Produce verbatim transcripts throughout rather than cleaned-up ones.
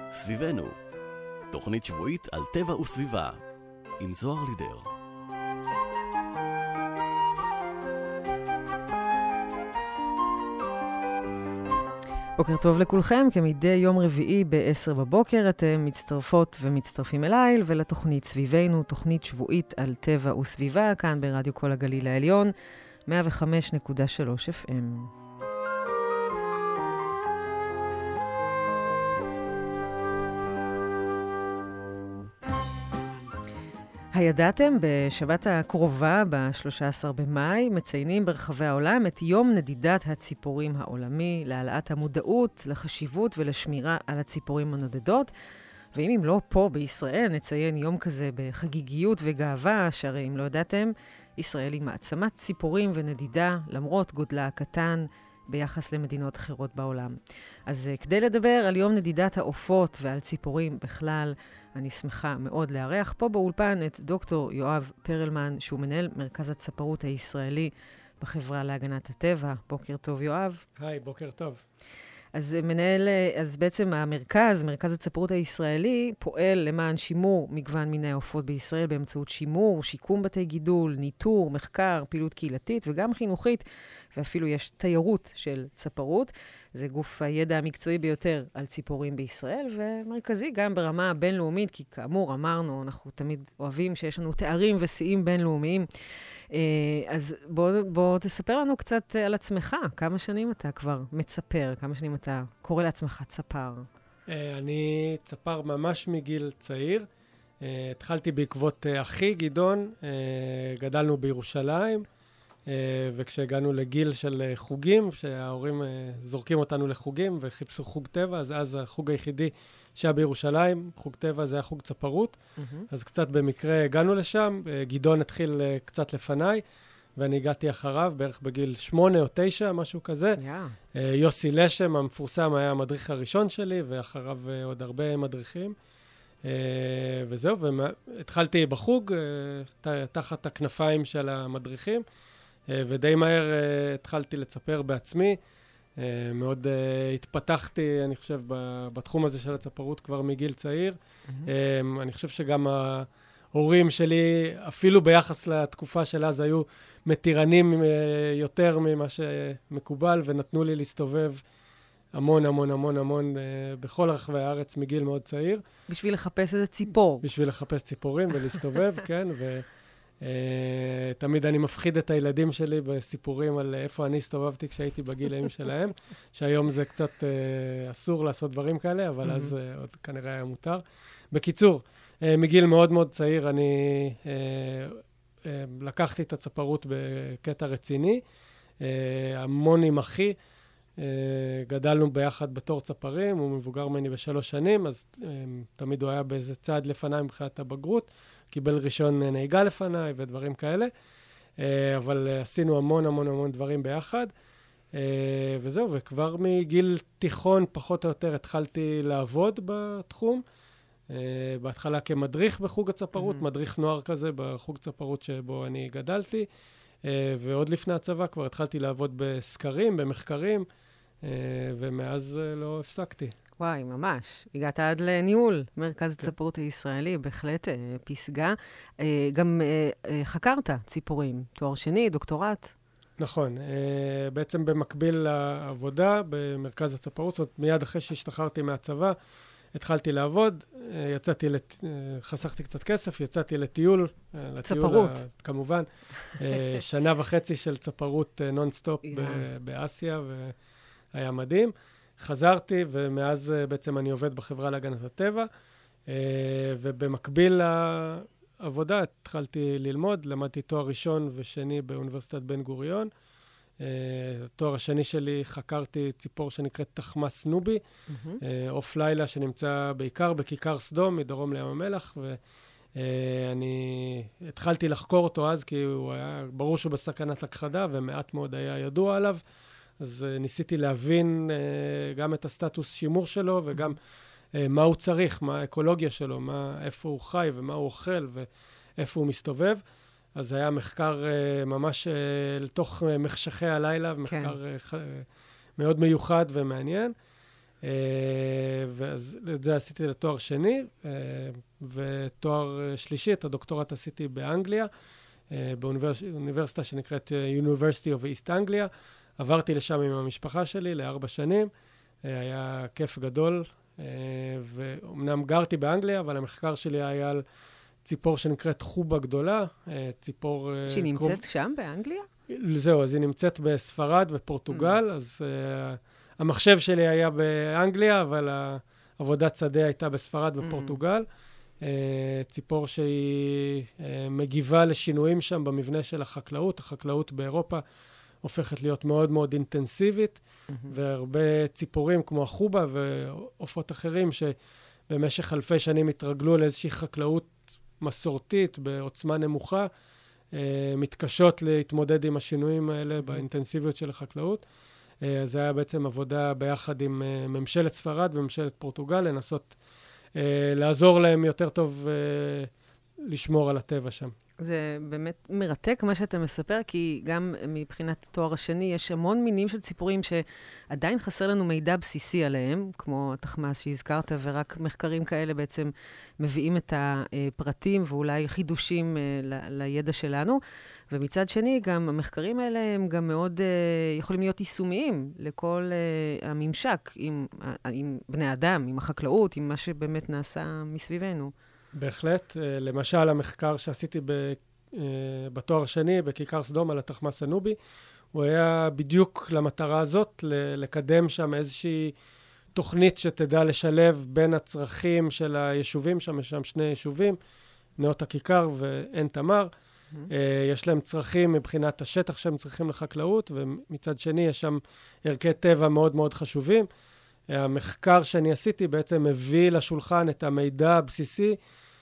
סביבנו, תוכנית שבועית על טבע וסביבה, עם זוהר לידר. בוקר טוב לכולכם, כמדי יום רביעי ב-עשר בבוקר אתם מצטרפות ומצטרפים אליי ולתוכנית סביבנו, תוכנית שבועית על טבע וסביבה, כאן ברדיו כל הגליל העליון, מאה וחמש נקודה שלוש אף אם. הידעתם, בשבת הקרובה, ב-שלושה עשר במאי, מציינים ברחבי העולם את יום נדידת הציפורים העולמי, להעלאת המודעות, לחשיבות ולשמירה על הציפורים הנודדות. ואם אם לא פה בישראל, נציין יום כזה בחגיגיות וגאווה, שהרי אם לא ידעתם, ישראל היא מעצמת ציפורים ונדידה, למרות גודלה הקטן ביחס למדינות אחרות בעולם. אז כדי לדבר על יום נדידת העופות ועל ציפורים בכלל, אני שמחה מאוד לארח פה באולפן את דוקטור יואב פרלמן, שהוא מנהל מרכז הצפרות הישראלי בחברה להגנת הטבע. בוקר טוב, יואב. היי, בוקר טוב. אז מנהל, אז בעצם המרכז, מרכז הצפרות הישראלי, פועל למען שימור מגוון מיני העופות בישראל באמצעות שימור, שיקום בתי גידול, ניטור, מחקר, פעילות קהילתית וגם חינוכית, ואפילו יש תיירות של צפרות. זה גוף הידע המקצועי ביותר על ציפורים בישראל, ומרכזי גם ברמה הבינלאומית, כי כאמור אמרנו, אנחנו תמיד אוהבים שיש לנו תארים ושיאים בינלאומיים. אז בוא, בוא תספר לנו קצת על עצמך. כמה שנים אתה כבר מצפר? כמה שנים אתה קורא לעצמך צפר? אני צפר ממש מגיל צעיר. התחלתי בעקבות אחי, גדעון. גדלנו בירושלים. וכשהגענו לגיל של חוגים, שההורים זורקים אותנו לחוגים וחיפשו חוג טבע, אז אז החוג היחידי שהיה בירושלים, חוג טבע, זה היה חוג צפרות. Mm-hmm. אז קצת במקרה הגענו לשם, גדעון התחיל קצת לפניי, ואני הגעתי אחריו, בערך בגיל שמונה או תשע, משהו כזה. Yeah. יוסי לשם, המפורסם, היה המדריך הראשון שלי, ואחריו עוד הרבה מדריכים. וזהו, והתחלתי בחוג, תחת הכנפיים של המדריכים, ודי מהר uh, התחלתי לצפר בעצמי. Uh, מאוד uh, התפתחתי, אני חושב, ב- בתחום הזה של הצפרות כבר מגיל צעיר. Mm-hmm. Um, אני חושב שגם ההורים שלי, אפילו ביחס לתקופה של אז, היו מתירנים uh, יותר ממה שמקובל, ונתנו לי להסתובב המון, המון, המון, המון uh, בכל רחבי הארץ מגיל מאוד צעיר. בשביל לחפש איזה ציפור. בשביל לחפש ציפורים ולהסתובב, כן, ו... Uh, תמיד אני מפחיד את הילדים שלי בסיפורים על איפה אני הסתובבתי כשהייתי בגילאים שלהם, שהיום זה קצת uh, אסור לעשות דברים כאלה, אבל mm-hmm. אז uh, עוד כנראה היה מותר. בקיצור, uh, מגיל מאוד מאוד צעיר אני uh, uh, לקחתי את הצפרות בקטע רציני, uh, המון עם אחי, uh, גדלנו ביחד בתור צפרים, הוא מבוגר ממני בשלוש שנים, אז uh, תמיד הוא היה באיזה צעד לפניי מבחינת הבגרות, קיבל ראשון נהיגה לפניי ודברים כאלה, אבל עשינו המון המון המון דברים ביחד, וזהו, וכבר מגיל תיכון פחות או יותר התחלתי לעבוד בתחום, בהתחלה כמדריך בחוג הצפרות, mm-hmm. מדריך נוער כזה בחוג צפרות שבו אני גדלתי, ועוד לפני הצבא כבר התחלתי לעבוד בסקרים, במחקרים, ומאז לא הפסקתי. וואי, ממש. הגעת עד לניהול מרכז הצפרות הישראלי, בהחלט פסגה. גם חקרת ציפורים, תואר שני, דוקטורט. נכון. בעצם במקביל לעבודה במרכז הצפרות, זאת אומרת, מיד אחרי שהשתחררתי מהצבא, התחלתי לעבוד, יצאתי, לת... חסכתי קצת כסף, יצאתי לטיול. צפרות. לטיול, כמובן. שנה וחצי של צפרות נונסטופ באסיה, והיה מדהים. חזרתי, ומאז בעצם אני עובד בחברה להגנת הטבע, ובמקביל לעבודה התחלתי ללמוד, למדתי תואר ראשון ושני באוניברסיטת בן גוריון. התואר השני שלי חקרתי ציפור שנקראת תחמס נובי, עוף לילה שנמצא בעיקר בכיכר סדום, מדרום לים המלח, ואני התחלתי לחקור אותו אז, כי הוא היה ברור שהוא בסכנת הכחדה, ומעט מאוד היה ידוע עליו. אז uh, ניסיתי להבין uh, גם את הסטטוס שימור שלו, וגם uh, מה הוא צריך, מה האקולוגיה שלו, מה, איפה הוא חי ומה הוא אוכל ואיפה הוא מסתובב. אז היה מחקר uh, ממש uh, לתוך uh, מחשכי הלילה, מחקר כן. uh, מאוד מיוחד ומעניין. ואז את זה עשיתי לתואר שני, ותואר שלישי, את הדוקטורט עשיתי באנגליה, באוניברסיטה שנקראת University of East Anglia. עברתי לשם עם המשפחה שלי לארבע שנים, היה כיף גדול, ואומנם גרתי באנגליה, אבל המחקר שלי היה על ציפור שנקראת חובה גדולה, ציפור... שהיא נמצאת שם באנגליה? זהו, אז היא נמצאת בספרד ופורטוגל, אז המחשב שלי היה באנגליה, אבל העבודת שדה הייתה בספרד ופורטוגל. ציפור שהיא מגיבה לשינויים שם במבנה של החקלאות. החקלאות באירופה הופכת להיות מאוד מאוד אינטנסיבית, והרבה ציפורים כמו החובה ועופות אחרים שבמשך אלפי שנים התרגלו לאיזושהי חקלאות מסורתית בעוצמה נמוכה, מתקשות להתמודד עם השינויים האלה באינטנסיביות של החקלאות. זה היה בעצם עבודה ביחד עם ממשלת ספרד וממשלת פורטוגל, לנסות לעזור להם יותר טוב לשמור על הטבע שם. זה באמת מרתק מה שאתה מספר, כי גם מבחינת התואר השני יש המון מינים של ציפורים שעדיין חסר לנו מידע בסיסי עליהם, כמו התחמאס שהזכרת, ורק מחקרים כאלה בעצם מביאים את הפרטים ואולי חידושים ל- לידע שלנו. ומצד שני, גם המחקרים האלה הם גם מאוד uh, יכולים להיות יישומיים לכל uh, הממשק עם, עם בני אדם, עם החקלאות, עם מה שבאמת נעשה מסביבנו. בהחלט. למשל, המחקר שעשיתי ב, בתואר שני, בכיכר סדום, על התחמאס הנובי, הוא היה בדיוק למטרה הזאת, לקדם שם איזושהי תוכנית שתדע לשלב בין הצרכים של היישובים, שם יש שם שני יישובים, נאות הכיכר ועין תמר. Mm-hmm. יש להם צרכים מבחינת השטח שהם צריכים לחקלאות, ומצד שני יש שם ערכי טבע מאוד מאוד חשובים. המחקר שאני עשיתי בעצם מביא לשולחן את המידע הבסיסי,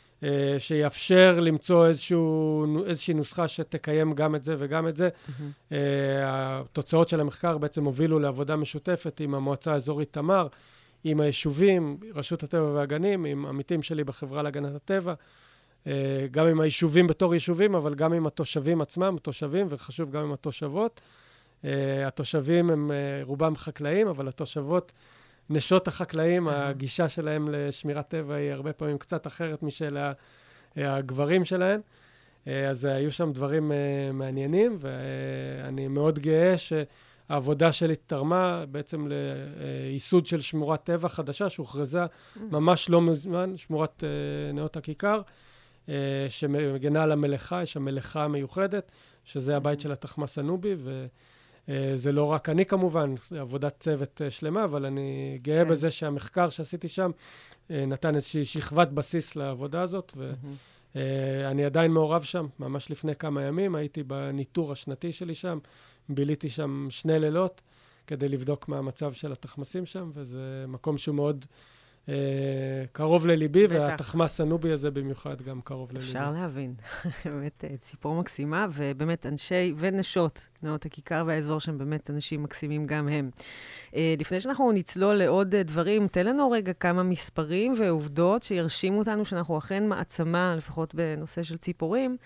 שיאפשר למצוא איזשהו, איזושהי נוסחה שתקיים גם את זה וגם את זה. Mm-hmm. התוצאות של המחקר בעצם הובילו לעבודה משותפת עם המועצה האזורית תמר, עם היישובים, רשות הטבע והגנים, עם עמיתים שלי בחברה להגנת הטבע, גם עם היישובים בתור יישובים, אבל גם עם התושבים עצמם, התושבים, וחשוב גם עם התושבות. התושבים הם רובם חקלאים, אבל התושבות, נשות החקלאים, הגישה שלהם לשמירת טבע היא הרבה פעמים קצת אחרת משל הגברים שלהם. אז היו שם דברים מעניינים, ואני מאוד גאה שהעבודה שלי תרמה בעצם לייסוד של שמורת טבע חדשה, שהוכרזה ממש לא מזמן, שמורת נאות הכיכר, שמגנה על המלאכה, יש המלאכה המיוחדת, שזה הבית של התחמאס הנובי, וזה לא רק אני כמובן, זה עבודת צוות שלמה, אבל אני גאה כן. בזה שהמחקר שעשיתי שם נתן איזושהי שכבת בסיס לעבודה הזאת, ואני עדיין מעורב שם, ממש לפני כמה ימים, הייתי בניטור השנתי שלי שם, ביליתי שם שני לילות, כדי לבדוק מה המצב של התחמאסים שם, וזה מקום שהוא מאוד... קרוב לליבי, והתחמאס הנובי הזה במיוחד גם קרוב לליבי. אפשר להבין. באמת ציפור מקסימה, ובאמת אנשי ונשות נאות הכיכר והאזור שהם באמת אנשים מקסימים גם הם. לפני שאנחנו נצלול לעוד דברים, תן לנו רגע כמה מספרים ועובדות שירשימו אותנו שאנחנו אכן מעצמה, לפחות בנושא של ציפורים,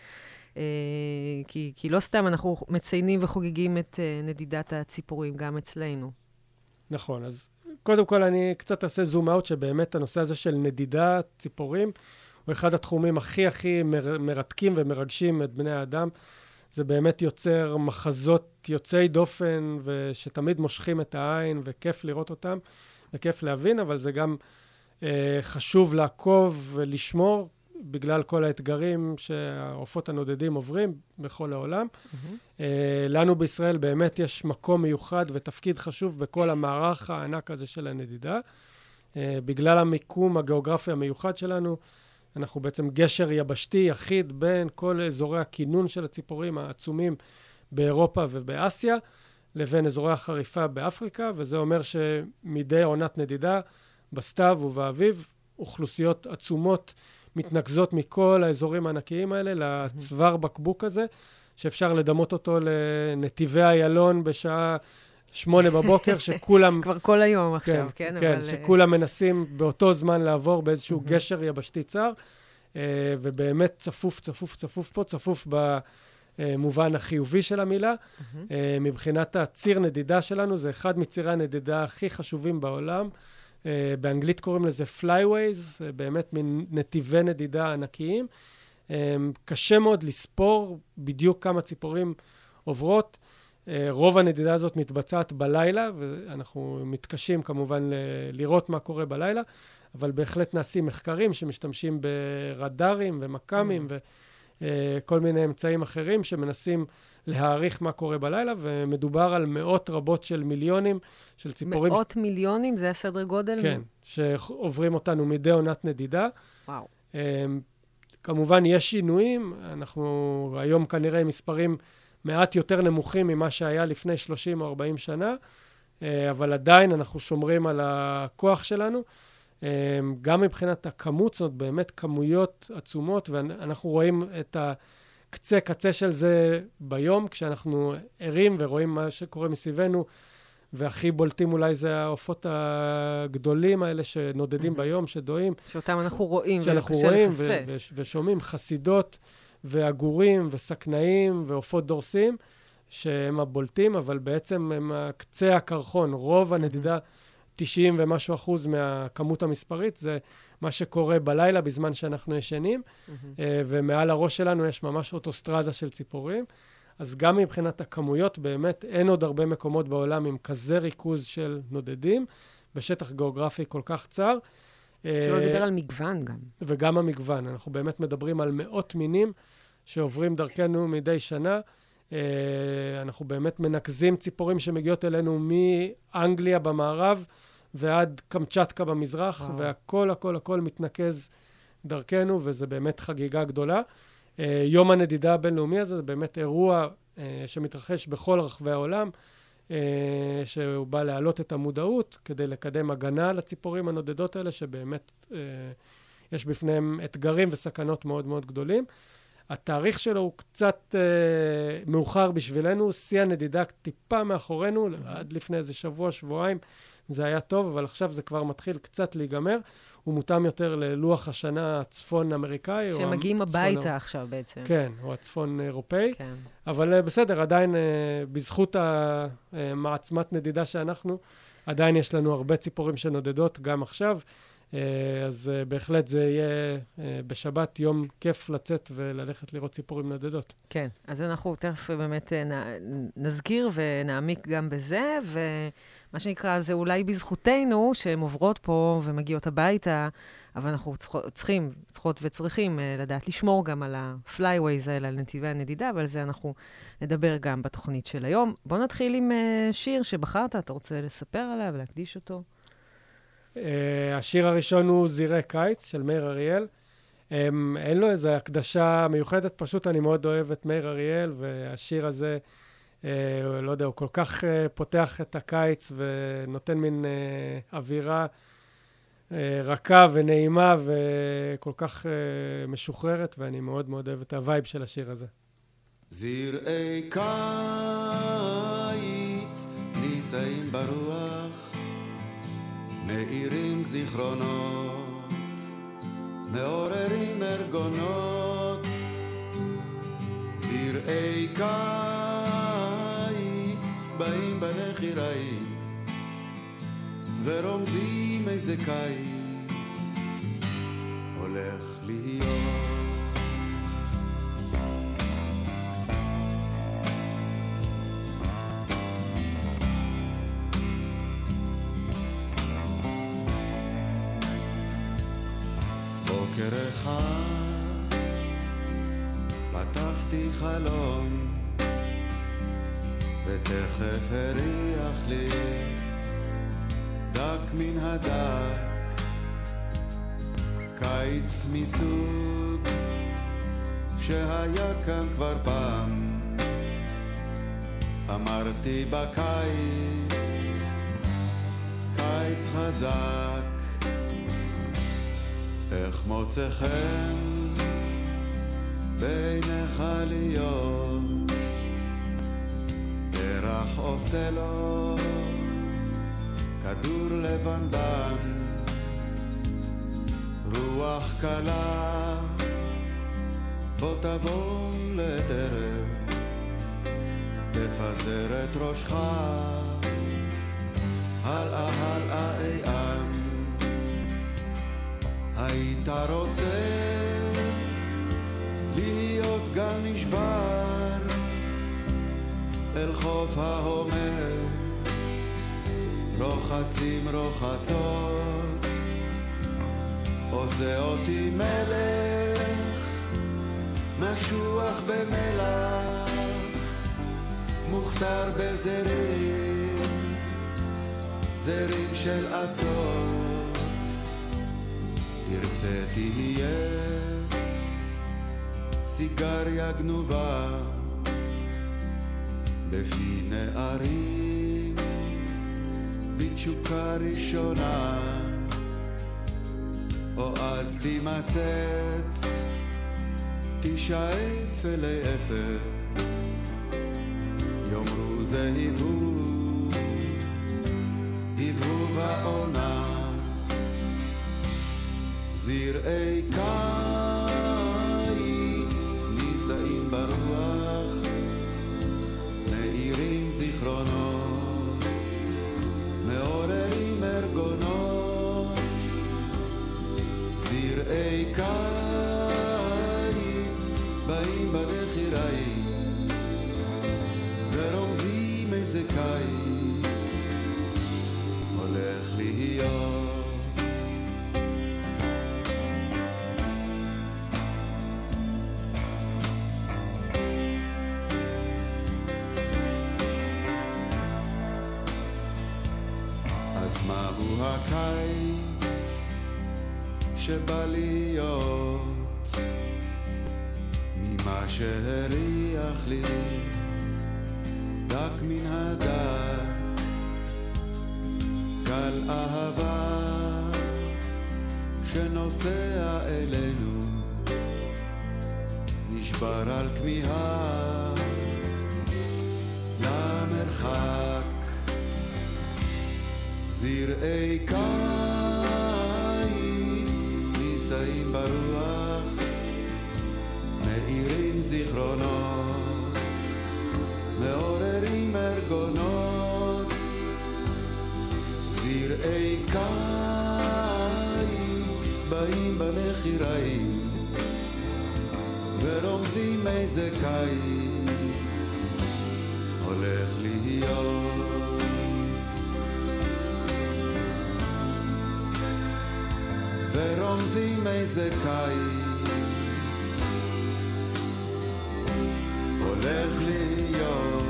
כי, כי לא סתם אנחנו מציינים וחוגגים את נדידת הציפורים גם אצלנו. נכון, אז קודם כל אני קצת אעשה זום אאוט, שבאמת הנושא הזה של נדידת ציפורים, הוא אחד התחומים הכי הכי מר, מרתקים ומרגשים את בני האדם. זה באמת יוצר מחזות יוצאי דופן, ושתמיד מושכים את העין, וכיף לראות אותם, וכיף להבין, אבל זה גם אה, חשוב לעקוב ולשמור, בגלל כל האתגרים שהעופות הנודדים עוברים בכל העולם. Mm-hmm. אה, לנו בישראל באמת יש מקום מיוחד ותפקיד חשוב בכל המערך הענק הזה של הנדידה. אה, בגלל המיקום הגיאוגרפי המיוחד שלנו, אנחנו בעצם גשר יבשתי יחיד בין כל אזורי הכינון של הציפורים העצומים באירופה ובאסיה, לבין אזורי החריפה באפריקה, וזה אומר שמדי עונת נדידה, בסתיו ובאביב, אוכלוסיות עצומות מתנקזות מכל האזורים הענקיים האלה לצוואר בקבוק הזה, שאפשר לדמות אותו לנתיבי איילון בשעה שמונה בבוקר, שכולם... כבר כל היום עכשיו, כן? כן, אבל... שכולם מנסים באותו זמן לעבור באיזשהו גשר יבשתי צר, ובאמת צפוף, צפוף, צפוף פה, צפוף במובן החיובי של המילה. מבחינת הציר נדידה שלנו, זה אחד מצירי הנדידה הכי חשובים בעולם, באנגלית קוראים לזה flyways, באמת מין נתיבי נדידה ענקיים. קשה מאוד לספור בדיוק כמה ציפורים עוברות. רוב הנדידה הזאת מתבצעת בלילה, ואנחנו מתקשים כמובן לראות מה קורה בלילה, אבל בהחלט נעשים מחקרים שמשתמשים ברדארים ומקאמים וכל מיני אמצעים אחרים שמנסים להעריך מה קורה בלילה, ומדובר על מאות רבות של מיליונים של ציפורים. מאות מיליונים? זה הסדר גודל? כן, שעוברים אותנו מדי עונת נדידה. וואו. כמובן יש שינויים, אנחנו היום כנראה מספרים מעט יותר נמוכים ממה שהיה לפני שלושים או ארבעים שנה, אבל עדיין אנחנו שומרים על הכוח שלנו. גם מבחינת הכמות, זאת באמת כמויות עצומות, ואנחנו רואים את הקצה קצה של זה ביום, כשאנחנו ערים ורואים מה שקורה מסביבנו, והכי בולטים אולי זה העופות הגדולים האלה שנודדים ביום, שדועים. שאותם אנחנו רואים, שאנחנו רואים ושומעים חסידות ועגורים וסכנאים ועופות דורסים, שהם הבולטים, אבל בעצם הם קצה הקרחון. רוב הנדידה, תשעים ומשהו אחוז מהכמות המספרית, זה מה שקורה בלילה בזמן שאנחנו ישנים, ומעל הראש שלנו יש ממש אוטוסטרזה של ציפורים. אז גם מבחינת הכמויות, באמת אין עוד הרבה מקומות בעולם עם כזה ריכוז של נודדים, בשטח גיאוגרפי כל כך צר. שלא לדבר על מגוון גם. וגם המגוון. אנחנו באמת מדברים על מאות מינים שעוברים דרכנו מדי שנה. אנחנו באמת מנקזים ציפורים שמגיעות אלינו מאנגליה במערב ועד קמצ'טקה במזרח, וואו. והכל, הכל, הכל מתנקז דרכנו, וזה באמת חגיגה גדולה. יום הנדידה הבינלאומי הזה זה באמת אירוע שמתרחש בכל רחבי העולם, שהוא בא להעלות את המודעות כדי לקדם הגנה על הציפורים הנודדות האלה, שבאמת יש בפניהם אתגרים וסכנות מאוד מאוד גדולים. התאריך שלו הוא קצת מאוחר בשבילנו, שיא הנדידה טיפה מאחורינו, עד לפני איזה שבוע, שבועיים, זה היה טוב, אבל עכשיו זה כבר מתחיל קצת להיגמר. הוא מותאם יותר ללוח השנה הצפון אמריקאי. שמגיעים הביתה עכשיו בעצם. כן, או הצפון אירופאי. כן. אבל בסדר, עדיין בזכות המעצמת נדידה שאנחנו, עדיין יש לנו הרבה ציפורים שנודדות גם עכשיו. אז בהחלט זה יהיה בשבת יום כיף לצאת וללכת לראות ציפורים נודדות. כן, אז אנחנו תכף באמת נזכיר ונעמיק גם בזה, ומה שנקרא זה אולי בזכותנו שהן עוברות פה ומגיעות הביתה, אבל אנחנו צריכים, צריכות וצריכים לדעת לשמור גם על ה-flyways האלה, על נתיבי הנדידה, אבל זה אנחנו נדבר גם בתוכנית של היום. בואו נתחיל עם שיר שבחרת, אתה רוצה לספר עליו ולהקדיש אותו? Uh, השיר הראשון הוא זירי קיץ של מאיר אריאל. Um, אין לו איזו הקדשה מיוחדת, פשוט אני מאוד אוהב את מאיר אריאל, והשיר הזה, uh, לא יודע, הוא כל כך uh, פותח את הקיץ ונותן מין uh, אווירה uh, רכה ונעימה וכל כך uh, משוחררת, ואני מאוד מאוד אוהב את הווייב של השיר הזה. זירי קיץ נישאים ברוח, מאירים זיכרונות, מעוררים ארגונות. זרעי קיץ באים בנחיריים ורומזים איזה קיץ הולך להיות. בוקר אחד פתחתי חלום ותכף הריח לי דק מן הדק, קיץ מסוג שהיה כאן כבר פעם. אמרתי בקיץ, קיץ חזק, איך מוצא חן בעיניך להיות, פרח עושה לו כדור לבנבן, רוח קלה בוא תבוא לטרף, תפזר את ראשך הלאה הלאה אי אן. היית רוצה להיות גל נשבר אל חוף ההומר, רוחצים רוחצות, עושה אותי מלך, משוח במלח, מוכתר בזרים, זרים של עצות. תרצה תהיה סיגריה גנובה בפי נערים, בתשוקה ראשונה, או אז תימצץ, תשאף אלי אפר, יאמרו זה היבוב, היבוב העונה. זרעי קיץ נישאים ברוח, מאירים זיכרונות, מעוררים ארגונות. זרעי קיץ באים בנחיריים ורומזים איזה קיץ הולך להיות. אז מהו הקיץ שבא להיות ממה שהריח לי דק מן הדק, גל אהבה שנוסע אלינו, נשבר על כמיהה למרחק. זרעי קיץ נישאים ברוח, מאירים זיכרונות, מעוררים ארגונות. זרעי קיץ באים בנחיריים ורומזים איזה קיץ הולך להיות. ורומזים איזה קיץ הולך להיות.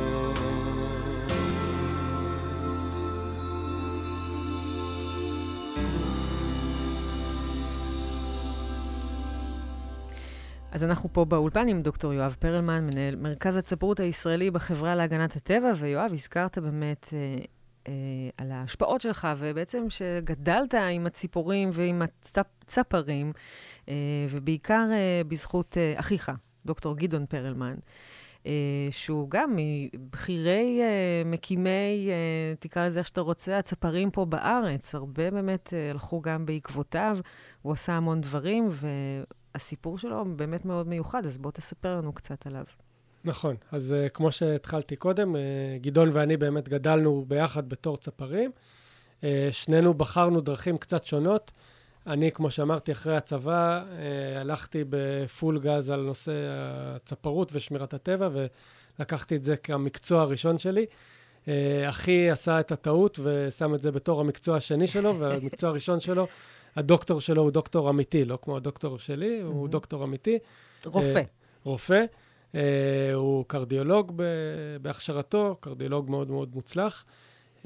אז אנחנו פה באולפן עם דוקטור יואב פרלמן, מנהל מרכז הצפרות הישראלי בחברה להגנת הטבע, ויואב, הזכרת באמת אה, אה, על ההשפעות שלך, ובעצם שגדלת עם הציפורים ועם הצפרים, אה, ובעיקר אה, בזכות אה, אחיך, דוקטור גדעון פרלמן, אה, שהוא גם מבחירי אה, מקימי, אה, תקרא לזה איך שאתה רוצה, הצפרים פה בארץ. הרבה באמת אה, הלכו גם בעקבותיו, הוא עשה המון דברים, ו... הסיפור שלו באמת מאוד מיוחד, אז בוא תספר לנו קצת עליו. נכון, אז uh, כמו שהתחלתי קודם, uh, גדעון ואני באמת גדלנו ביחד בתור צפרים. Uh, שנינו בחרנו דרכים קצת שונות. אני, כמו שאמרתי, אחרי הצבא, uh, הלכתי בפול גז על נושא הצפרות ושמירת הטבע, ולקחתי את זה כמקצוע הראשון שלי. Uh, אחי עשה את הטעות ושם את זה בתור המקצוע השני שלו, והמקצוע הראשון שלו, הדוקטור שלו הוא דוקטור אמיתי, לא כמו הדוקטור שלי, mm-hmm. הוא דוקטור אמיתי. רופא. Uh, רופא. Uh, הוא קרדיולוג ב- בהכשרתו, קרדיולוג מאוד מאוד מוצלח. Uh,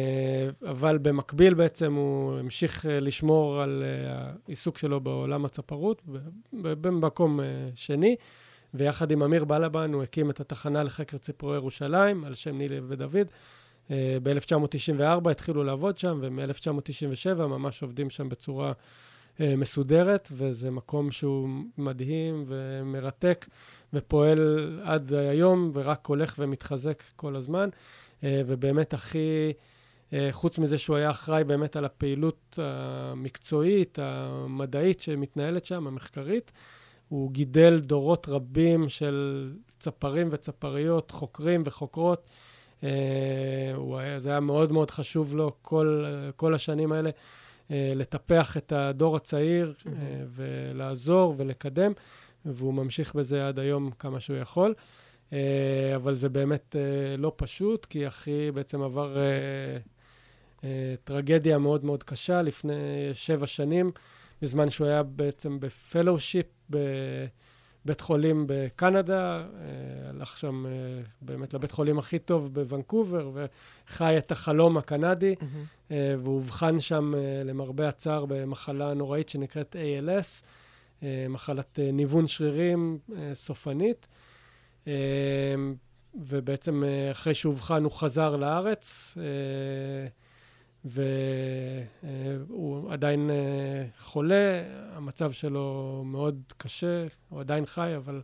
אבל במקביל בעצם הוא המשיך uh, לשמור על uh, העיסוק שלו בעולם הצפרות, במקום uh, שני. ויחד עם אמיר בלבן הוא הקים את התחנה לחקר ציפורי ירושלים, על שם נילי ודוד. Uh, ב-אלף תשע מאות תשעים וארבע התחילו לעבוד שם, ומ-אלף תשע מאות תשעים ושבע ממש עובדים שם בצורה uh, מסודרת, וזה מקום שהוא מדהים ומרתק, ופועל עד היום, ורק הולך ומתחזק כל הזמן. Uh, ובאמת הכי, uh, חוץ מזה שהוא היה אחראי באמת על הפעילות המקצועית, המדעית שמתנהלת שם, המחקרית, הוא גידל דורות רבים של צפרים וצפריות, חוקרים וחוקרות. Uh, הוא היה, זה היה מאוד מאוד חשוב לו כל, כל השנים האלה. Uh, לטפח את הדור הצעיר ולעזור ולקדם, והוא ממשיך בזה עד היום כמה שהוא יכול. אבל זה באמת לא פשוט, כי אחי בעצם עבר טרגדיה מאוד מאוד קשה לפני שבע שנים, בזמן שהוא היה בעצם בפלושיפ בבית חולים בקנדה, הלך שם באמת לבית חולים הכי טוב בוונקובר, וחי את החלום הקנדי, mm-hmm. והוא הובחן שם למרבה הצער במחלה נוראית שנקראת איי אל אס, מחלת ניוון שרירים סופנית, ובעצם אחרי שהובחן הוא חזר לארץ, והוא עדיין חולה, המצב שלו מאוד קשה, הוא עדיין חי, אבל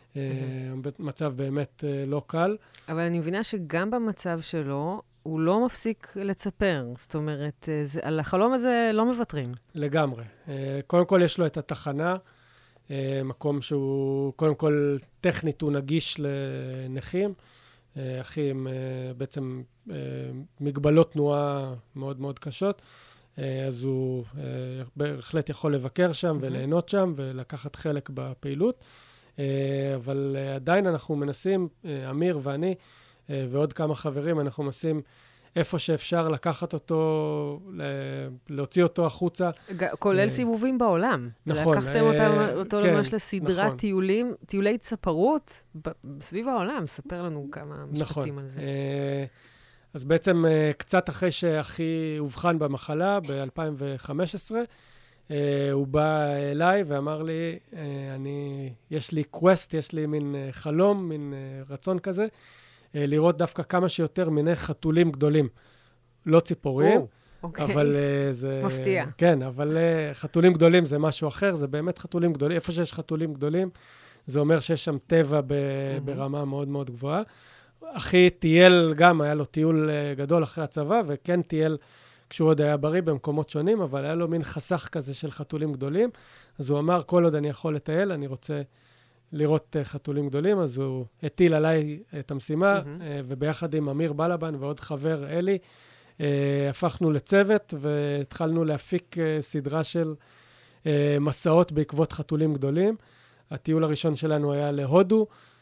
המצב באמת לא קל. אבל אני מבינה שגם במצב שלו, הוא לא מפסיק לצפר. זאת אומרת, זה, על החלום הזה לא מוותרים. לגמרי. קודם כל יש לו את התחנה, מקום שהוא, קודם כל טכנית הוא נגיש לנכים, אחי עם בעצם מגבלות תנועה מאוד מאוד קשות, אז הוא בהחלט יכול לבקר שם וליהנות שם ולקחת חלק בפעילות, אבל עדיין אנחנו מנסים, אמיר ואני ועוד כמה חברים, אנחנו מנסים איפה שאפשר לקחת אותו, להוציא אותו החוצה. כולל סיבובים בעולם. נכון. לקחתם אותו ממש לסדרת טיולים, טיולי צפרות סביב העולם. ספר לנו כמה משפטים על זה. אז בעצם קצת אחרי שאחי הובחן במחלה, ב-אלפיים וחמש עשרה, הוא בא אליי ואמר לי, אני, יש לי קווסט, יש לי מין חלום, מין רצון כזה, לראות דווקא כמה שיותר מיני חתולים גדולים. לא ציפורים, אבל זה... מפתיע. כן, אבל חתולים גדולים זה משהו אחר, זה באמת חתולים גדולים. איפה שיש חתולים גדולים, זה אומר שיש שם טבע ברמה מאוד מאוד גבוהה. אחי טייל גם, היה לו טיול גדול אחרי הצבא, וכן טייל כשהוא עוד היה בריא במקומות שונים, אבל היה לו מין חסך כזה של חתולים גדולים. אז הוא אמר, כל עוד אני יכול לטייל, אני רוצה לראות חתולים גדולים, אז הוא הטיל עליי את המשימה, mm-hmm. וביחד עם אמיר בלבן ועוד חבר אלי, הפכנו לצוות, והתחלנו להפיק סדרה של מסעות בעקבות חתולים גדולים. הטיול הראשון שלנו היה להודו,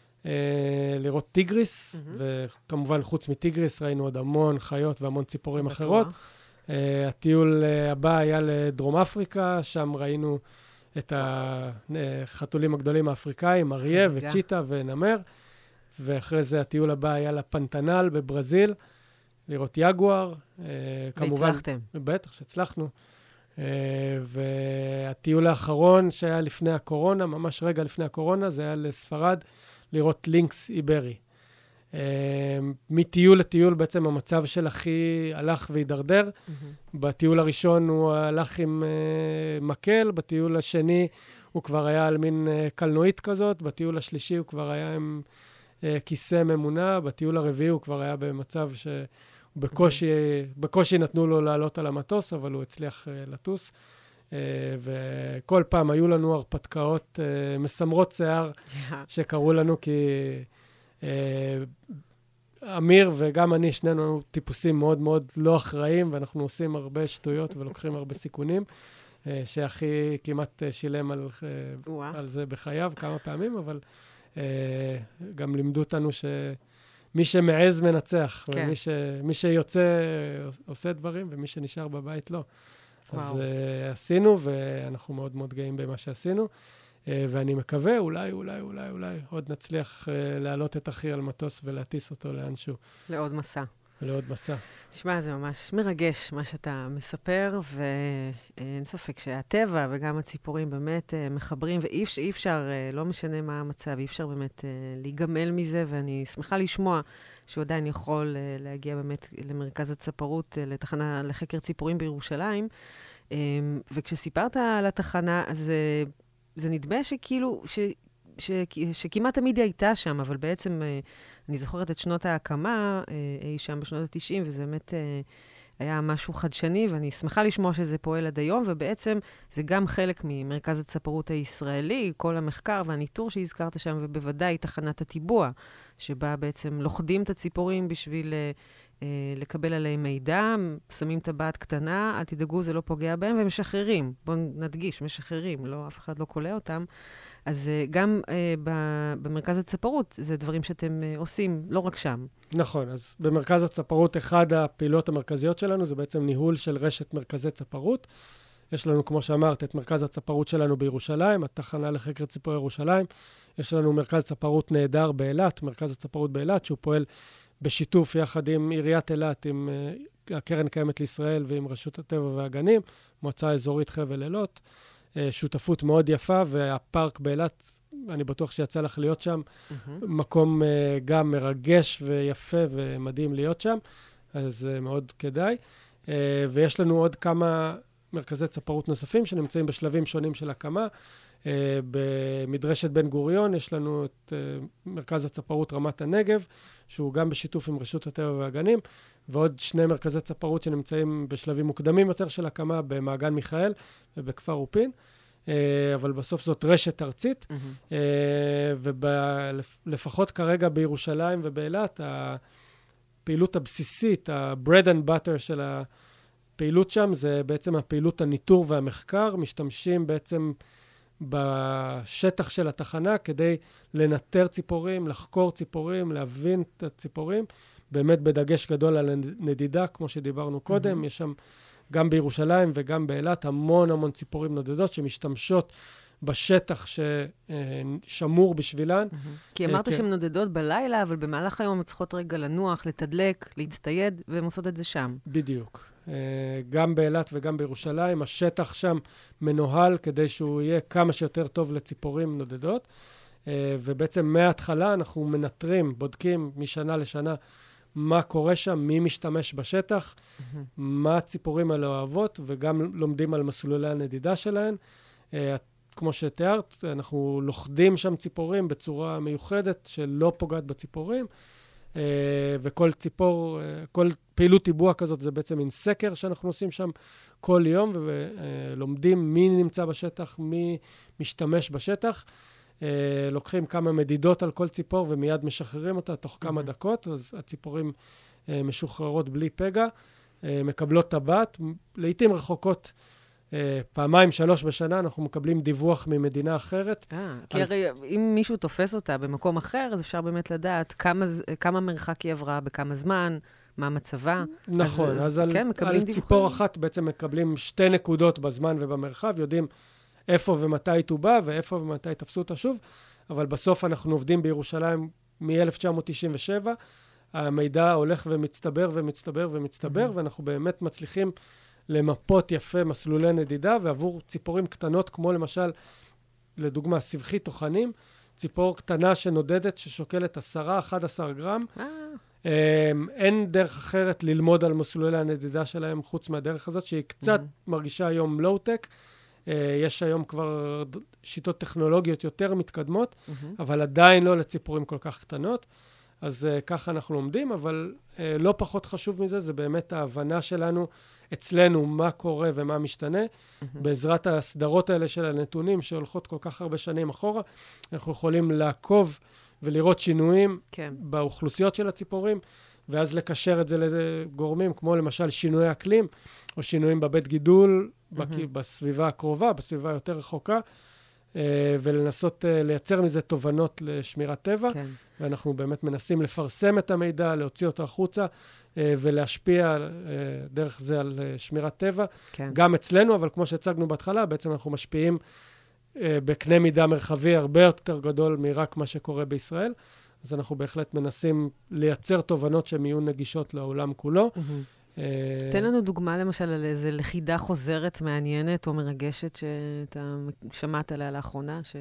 לראות טיגריס, mm-hmm. וכמובן חוץ מטיגריס ראינו עוד המון חיות והמון ציפורים אחרות. הטיול הבא היה לדרום אפריקה, שם ראינו את החתולים הגדולים האפריקאים, אריה וצ'יטה ונמר, ואחרי זה הטיול הבא היה לפנטנל בברזיל, לראות יגואר. והצלחתם. בטח שהצלחנו. והטיול האחרון שהיה לפני הקורונה, ממש רגע לפני הקורונה, זה היה לספרד, לראות לינקס איברי. מטיול לטיול בעצם המצב של אחי הלך והידרדר. בטיול הראשון הוא הלך עם מקל, בטיול השני הוא כבר היה על מין קלנועית כזאת, בטיול השלישי הוא כבר היה עם כיסא ממונה, בטיול הרביעי הוא כבר היה במצב שבקושי בקושי נתנו לו לעלות על המטוס, אבל הוא הצליח לטוס. וכל פעם היו לנו הרפתקאות מסמרות שיער שקראו לנו, כי אמיר וגם אני, שנינו טיפוסים מאוד מאוד לא אחראים, ואנחנו עושים הרבה שטויות ולוקחים הרבה סיכונים, שאחי כמעט שילם על, על זה בחייו כמה פעמים, אבל גם לימדו אותנו שמי שמעז מנצח, כן. ומי ש, מי שיוצא עושה דברים, ומי שנשאר בבית לא. וואו. אז uh, עשינו, ואנחנו מאוד מאוד גאים במה שעשינו, uh, ואני מקווה, אולי, אולי, אולי, אולי, עוד נצליח uh, להעלות את אחי על מטוס ולהטיס אותו לאנשהו. לעוד מסע. לעוד מסע. תשמע, זה ממש מרגש מה שאתה מספר, ואין ספק שהטבע וגם הציפורים באמת uh, מחברים, ואי אי אפשר, uh, לא משנה מה המצב, אי אפשר באמת uh, להיגמל מזה, ואני שמחה לשמוע שהוא עדיין יכול uh, להגיע באמת למרכז הצפרות, uh, לתחנה לחקר ציפורים בירושלים. Um, וכשסיפרת על התחנה, אז uh, זה נדמה שכאילו, ש, ש, ש, שכמעט תמיד היא הייתה שם, אבל בעצם uh, אני זוכרת את שנות ההקמה, uh, אי שם בשנות ה-תשעים, וזה באמת uh, היה משהו חדשני, ואני שמחה לשמוע שזה פועל עד היום, ובעצם זה גם חלק ממרכז הצפרות הישראלי, כל המחקר והניטור שהזכרת שם, ובוודאי תחנת הטיבוע, שבה בעצם לוכדים את הציפורים בשביל uh, לקבל עליהם מידע, שמים טבעת קטנה, אל תדאגו, זה לא פוגע בהם, והם משחררים. בואו נדגיש, משחררים, לא, אף אחד לא קולע אותם. אז גם במרכז הצפרות, זה דברים שאתם עושים, לא רק שם. נכון, אז במרכז הצפרות, אחד הפעילות המרכזיות שלנו, זה בעצם ניהול של רשת מרכזי צפרות. יש לנו, כמו שאמרת, את מרכז הצפרות שלנו בירושלים, התחנה לחקר ציפורי ירושלים. יש לנו מרכז צפרות נהדר באילת, מרכז הצפרות באילת, שהוא פועל בשיתוף יחד עם עיריית אילת, עם uh, הקרן קיימת לישראל ועם רשות הטבע והגנים, מועצה אזורית חבל אילות. Uh, שותפות מאוד יפה, והפארק באילת, אני בטוח שיצא לך להיות שם, mm-hmm. מקום uh, גם מרגש ויפה ומדהים להיות שם, אז uh, מאוד כדאי. Uh, ויש לנו עוד כמה מרכזי צפרות נוספים שנמצאים בשלבים שונים של הקמה. Uh, במדרשת בן גוריון יש לנו את uh, מרכז הצפרות רמת הנגב, שהוא גם בשיתוף עם רשות הטבע והגנים, ועוד שני מרכזי צפרות שנמצאים בשלבים מוקדמים יותר של הקמה במעגן מיכאל ובכפר אופין. Uh, אבל בסוף זאת רשת ארצית, mm-hmm. uh, ולפחות כרגע בירושלים ובאילת, הפעילות הבסיסית, ה-bread and butter של הפעילות שם, זה בעצם הפעילות הניטור והמחקר, משתמשים בעצם בשטח של התחנה כדי לנטר ציפורים, לחקור ציפורים, להבין את הציפורים, באמת בדגש גדול על נדידה, כמו שדיברנו קודם. Mm-hmm. יש שם גם בירושלים וגם באילת המון המון ציפורים נודדות שמשתמשות בשטח ששמור בשבילן. Mm-hmm. כי אמרת שהן נודדות בלילה, אבל במהלך היום הן צריכות רגע לנוח, לתדלק, להצטייד, והן עושות את זה שם. בדיוק. גם באילת וגם בירושלים, השטח שם מנוהל כדי שהוא יהיה כמה שיותר טוב לציפורים נודדות, ובעצם מההתחלה אנחנו מנטרים, בודקים משנה לשנה מה קורה שם, מי משתמש בשטח, mm-hmm. מה הציפורים האלה אוהבות, וגם לומדים על מסלולי הנדידה שלהן. כמו שתיארת, אנחנו לוכדים שם ציפורים בצורה מיוחדת שלא פוגעת בציפורים, וכל ציפור, כל פעילות טיבוע כזאת זה בעצם מין סקר שאנחנו עושים שם כל יום, ולומדים מי נמצא בשטח, מי משתמש בשטח. לוקחים כמה מדידות על כל ציפור ומיד משחררים אותה תוך כמה דקות, אז הציפורים משוחררות בלי פגע, מקבלות טבעת, לעתים רחוקות פעמיים, שלוש בשנה, אנחנו מקבלים דיווח ממדינה אחרת. אה, כי הרי אם מישהו תופס אותה במקום אחר, אז אפשר באמת לדעת כמה מרחק היא עברה, בכמה זמן, מה מצבה. נכון, אז על ציפור אחת בעצם מקבלים שתי נקודות בזמן ובמרחב, יודעים איפה ומתי היא טובה, ואיפה ומתי תפסו אותה שוב, אבל בסוף אנחנו עובדים בירושלים מ-אלף תשע מאות תשעים ושבע, המידע הולך ומצטבר ומצטבר ומצטבר, ואנחנו באמת מצליחים למפות יפה מסלולי נדידה, ועבור ציפורים קטנות, כמו למשל, לדוגמה, סבכי תוכנים, ציפור קטנה שנודדת, ששוקלת עשרה, אחד עשר גרם. אין דרך אחרת ללמוד על מסלולי הנדידה שלהם, חוץ מהדרך הזאת, שהיא קצת מרגישה היום לואו-טק. יש היום כבר שיטות טכנולוגיות יותר מתקדמות, אבל עדיין לא לציפורים כל כך קטנות. אז ככה אנחנו לומדים, אבל לא פחות חשוב מזה, זה באמת ההבנה שלנו אצלנו, מה קורה ומה משתנה. בעזרת הסדרות האלה של הנתונים שהולכות כל כך הרבה שנים אחורה, אנחנו יכולים לעקוב ולראות שינויים כן. באוכלוסיות של הציפורים, ואז לקשר את זה לגורמים, כמו למשל שינוי אקלים, או שינויים בבית גידול, mm-hmm. בסביבה הקרובה, בסביבה יותר רחוקה, ולנסות לייצר מזה תובנות לשמירת טבע, כן. ואנחנו באמת מנסים לפרסם את המידע, להוציא אותו החוצה, ולהשפיע דרך זה על שמירת טבע, כן. גם אצלנו, אבל כמו שהצגנו בהתחלה, בעצם אנחנו משפיעים בקנה מידה מרחבי הרבה יותר גדול מרק מה שקורה בישראל, אז אנחנו בהחלט מנסים לייצר תובנות שהן יהיו נגישות לעולם כולו. Mm-hmm. תן לנו דוגמה למשל על איזו לכידה חוזרת מעניינת או מרגשת שאתה שמעת עליה לאחרונה. ש...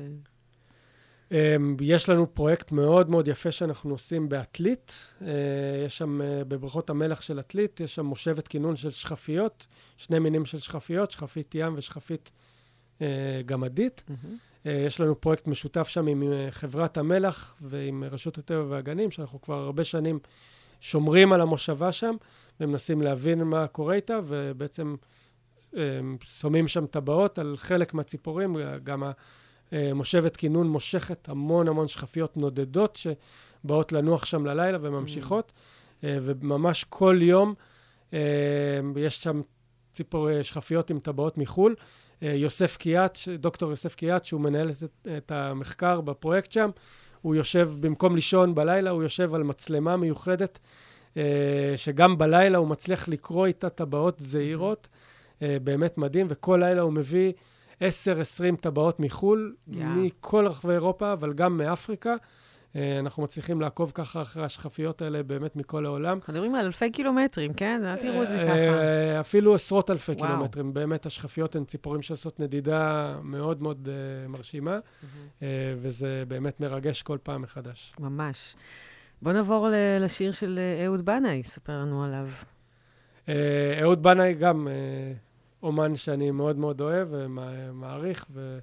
יש לנו פרויקט מאוד מאוד יפה שאנחנו עושים בעתלית. יש שם בבריכות המלח של עתלית, יש שם מושבת כינון של שכפיות, שני מינים של שכפיות, שכפית ים ושכפית גמדית. Mm-hmm. יש לנו פרויקט משותף שם עם חברת המלח ועם רשות הטבע והגנים, שאנחנו כבר הרבה שנים שומרים על המושבה שם, ומנסים להבין מה קורה איתה, ובעצם שמים שם טבעות על חלק מהציפורים, גם המושבת כינון מושכת המון המון שכפיות נודדות, שבאות לנוח שם ללילה וממשיכות, וממש כל יום יש שם ציפור שחפיות עם טבעות מחול. יוסף קיאט, דוקטור יוסף קיאט, שהוא מנהל את, את המחקר בפרויקט שם, הוא יושב, במקום לישון בלילה, הוא יושב על מצלמה מיוחדת, שגם בלילה הוא מצליח לקרוא איתה טבעות זהירות, באמת מדהים, וכל לילה הוא מביא עשר עשרים טבעות מחול, yeah. מכל רחבי אירופה, אבל גם מאפריקה. אנחנו מצליחים לעקוב ככה אחרי השחפיות האלה באמת מכל העולם. אנחנו מדברים על אלפי קילומטרים, כן? אל תראו את זה ככה. אפילו עשרות אלפי קילומטרים. באמת השחפיות הן ציפורים שעושות נדידה מאוד מאוד מרשימה, וזה באמת מרגש כל פעם מחדש. ממש. בוא נעבור לשיר של אהוד בנאי, ספר לנו עליו. אהוד בנאי גם אומן שאני מאוד מאוד אוהב ומעריך, ו...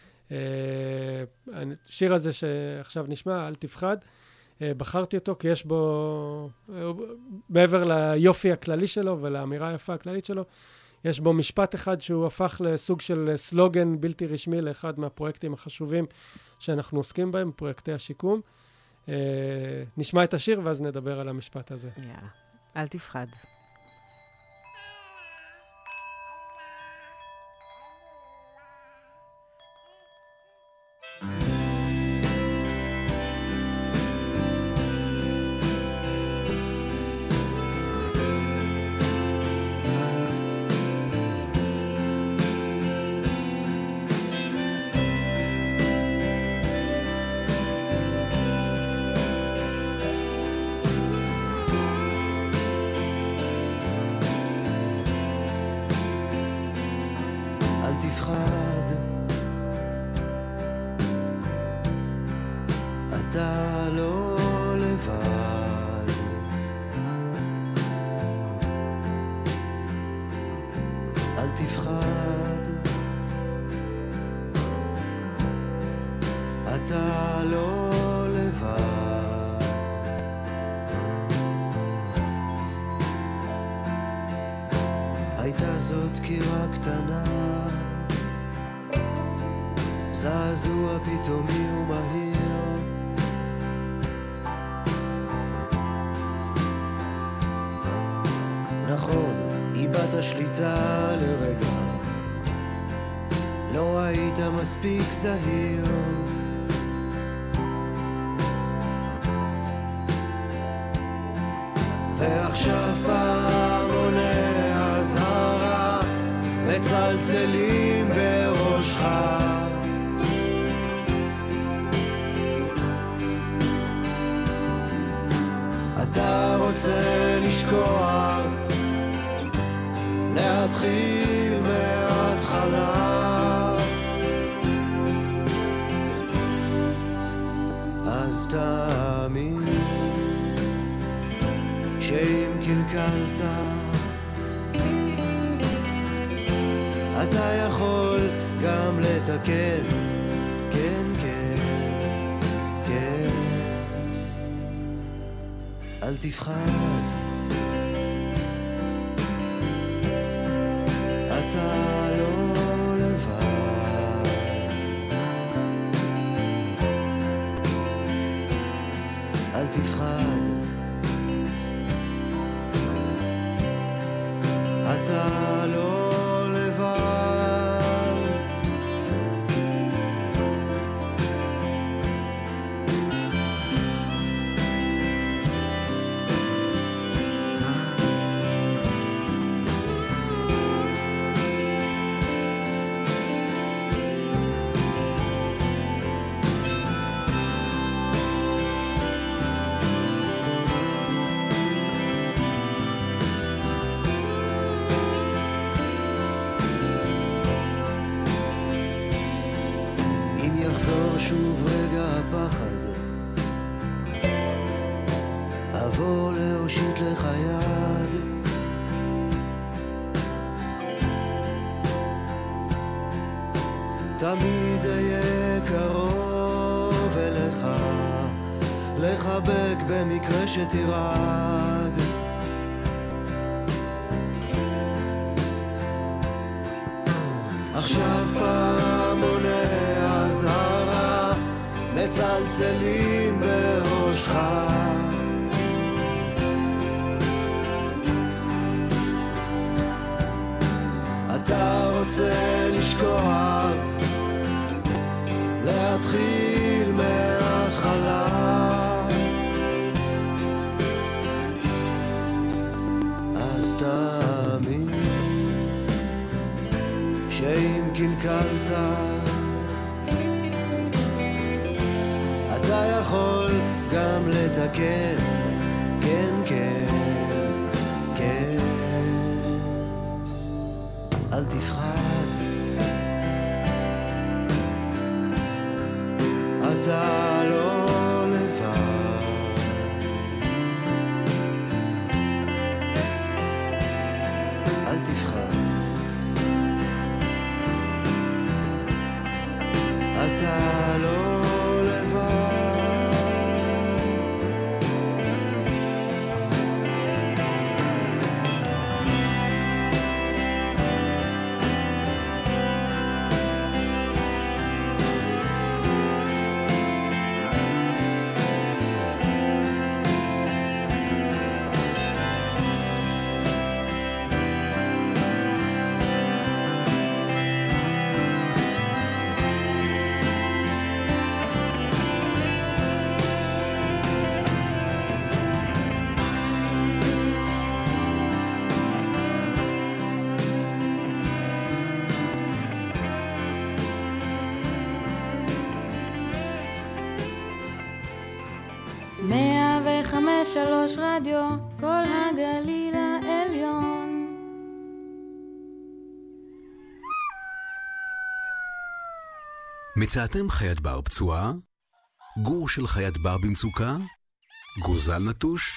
השיר הזה שעכשיו נשמע, אל תפחד, בחרתי אותו כי יש בו, מעבר ליופי הכללי שלו ולאמירה היפה הכללית שלו, יש בו משפט אחד שהוא הפך לסוג של סלוגן בלתי רשמי לאחד מהפרויקטים החשובים שאנחנו עוסקים בהם, פרויקטי השיקום. נשמע את השיר ואז נדבר על המשפט הזה. יאללה, אל תפחד. אתה לא לבד, אל תפחד, אתה לא לבד, הייתה זאת קירה קטנה, זעזוע פתאומי ומהיר, נכון, איבדת שליטה לרגע, לא היית מספיק זהיר, ועכשיו פעמוני הזהרה מצלצלים בראשך, אתה רוצה לשכוח, להתחיל מההתחלה, אז תאמין שאם קלקלת אתה יכול גם לתקן, כן כן כן, אל תפחד, אתה לא לבד, אל תפחד, אתה לא לבד, שוב רגע הפחד, אבוא להושיט לך יד, תמיד אהיה קרוב אליך, לחבק במקרה שתירד, עכשיו פעמוני הזהרה מצלצלים בראשך, קלקלת. אתה יכול גם לתקן, כן, כן, כן. אל תפחד, אתה לא לבד. אל תפחד, אתה לא מאה וחמש שלוש רדיו, כל הגליל העליון. מצאתם חיית בר פצועה? גור של חיית בר במצוקה? גוזל נטוש?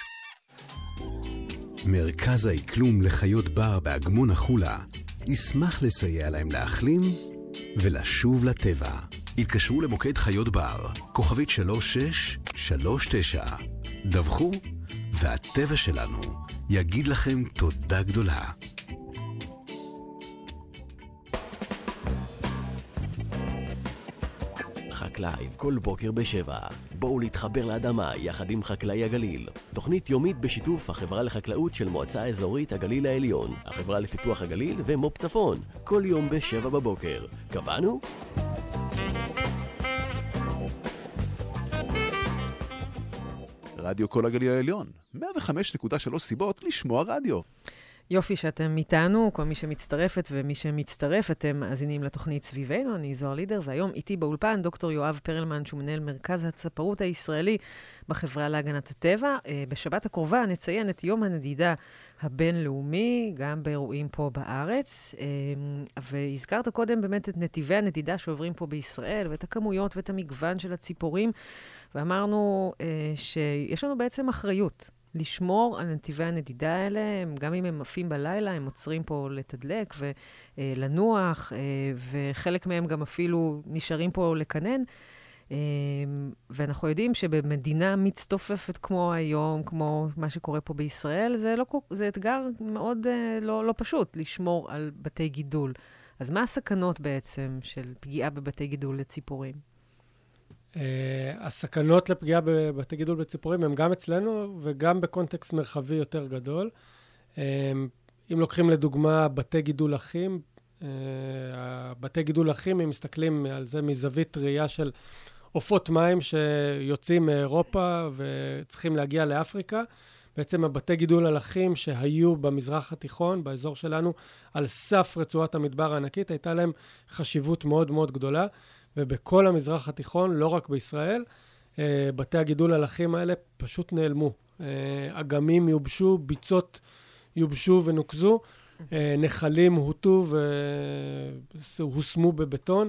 מרכז האקלום לחיות בר באגמון החולה ישמח לסייע להם להחלים ולשוב לטבע. התקשרו למוקד חיות בר, כוכבית שלוש שש שלוש תשע. דווחו, והטבע שלנו יגיד לכם תודה גדולה. חקלאי כל בוקר בשבע. בואו להתחבר לאדמה יחד עם חקלאי הגליל. תוכנית יומית בשיתוף החברה לחקלאות של מועצה אזורית הגליל העליון, החברה לפיתוח הגליל ומו"פ צפון. כל יום בשבע בבוקר. קבענו? רדיו כל הגליל העליון, מאה וחמש נקודה שלוש סיבות לשמוע רדיו. יופי שאתם איתנו, כל מי שמצטרפת ומי שמצטרף, אתם מאזינים לתוכנית סביבנו, אני זוהר לידר, והיום איתי באולפן דוקטור יואב פרלמן, שהוא מנהל מרכז הצפרות הישראלי בחברה להגנת הטבע. בשבת הקרובה נציין את יום הנדידה הבינלאומי, גם באירועים פה בארץ, והזכרת קודם באמת את נתיבי הנדידה שעוברים פה בישראל, ואת הכמויות ואת המגוון של הציפורים, ואמרנו שיש לנו בעצם אחריות לשמור על נתיבי הנדידה האלה, גם אם הם עפים בלילה, הם עוצרים פה לתדלק ולנוח, וחלק מהם גם אפילו נשארים פה לקנן. ואנחנו יודעים שבמדינה מצטופפת כמו היום, כמו מה שקורה פה בישראל, זה, לא, זה אתגר מאוד לא, לא פשוט לשמור על בתי גידול. אז מה הסכנות בעצם של פגיעה בבתי גידול לציפורים? Uh, הסכנות לפגיעה בבתי גידול בציפורים הם גם אצלנו וגם בקונטקסט מרחבי יותר גדול. Uh, אם לוקחים לדוגמה בתי גידול אחים, uh, בתי גידול אחים, אם מסתכלים על זה מזווית ראייה של עופות מים שיוצאים מאירופה וצריכים להגיע לאפריקה, בעצם הבתי גידול על אחים שהיו במזרח התיכון, באזור שלנו, על סף רצועת המדבר הענקית, הייתה להם חשיבות מאוד מאוד גדולה. ובכל המזרח התיכון, לא רק בישראל, בתי הגידול הלחים האלה פשוט נעלמו. אגמים יובשו, ביצות יובשו ונוקזו, נחלים הוטו והוסמו בבטון,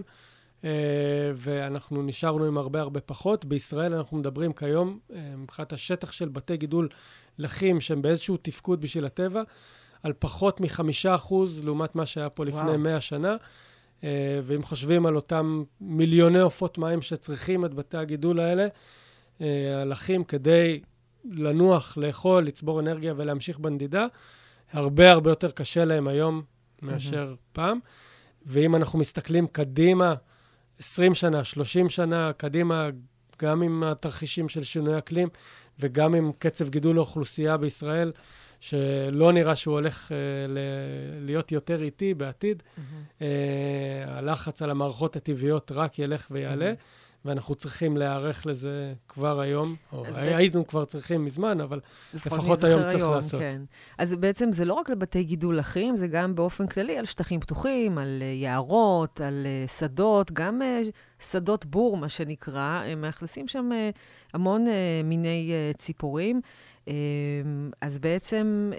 ואנחנו נשארנו עם הרבה הרבה פחות. בישראל אנחנו מדברים כיום, מבחינת השטח של בתי גידול לחים, שהם באיזשהו תפקוד בשביל הטבע, על פחות מחמישה אחוז לעומת מה שהיה פה לפני וואו. מאה שנה. Uh, ואם חושבים על אותם מיליוני עופות מים שצריכים את בתי הגידול האלה, uh, הלחים כדי לנוח, לאכול, לצבור אנרגיה ולהמשיך בנדידה, הרבה הרבה יותר קשה להם היום מאשר mm-hmm. פעם. ואם אנחנו מסתכלים קדימה, עשרים שנה, שלושים שנה, קדימה, גם עם התרחישים של שינוי אקלים, וגם עם קצב גידול האוכלוסייה בישראל, שלא נראה שהוא הולך uh, ל- להיות יותר איטי בעתיד. Mm-hmm. Uh, הלחץ על המערכות הטבעיות רק ילך ויעלה, mm-hmm. ואנחנו צריכים להיערך לזה כבר היום, או היינו כבר צריכים מזמן, אבל לפחות היום צריך לעשות. כן. אז בעצם זה לא רק לבתי גידול לחים, זה גם באופן כללי על שטחים פתוחים, על יערות, על שדות, גם שדות בור, מה שנקרא, הם מאכלסים שם המון מיני ציפורים. אז בעצם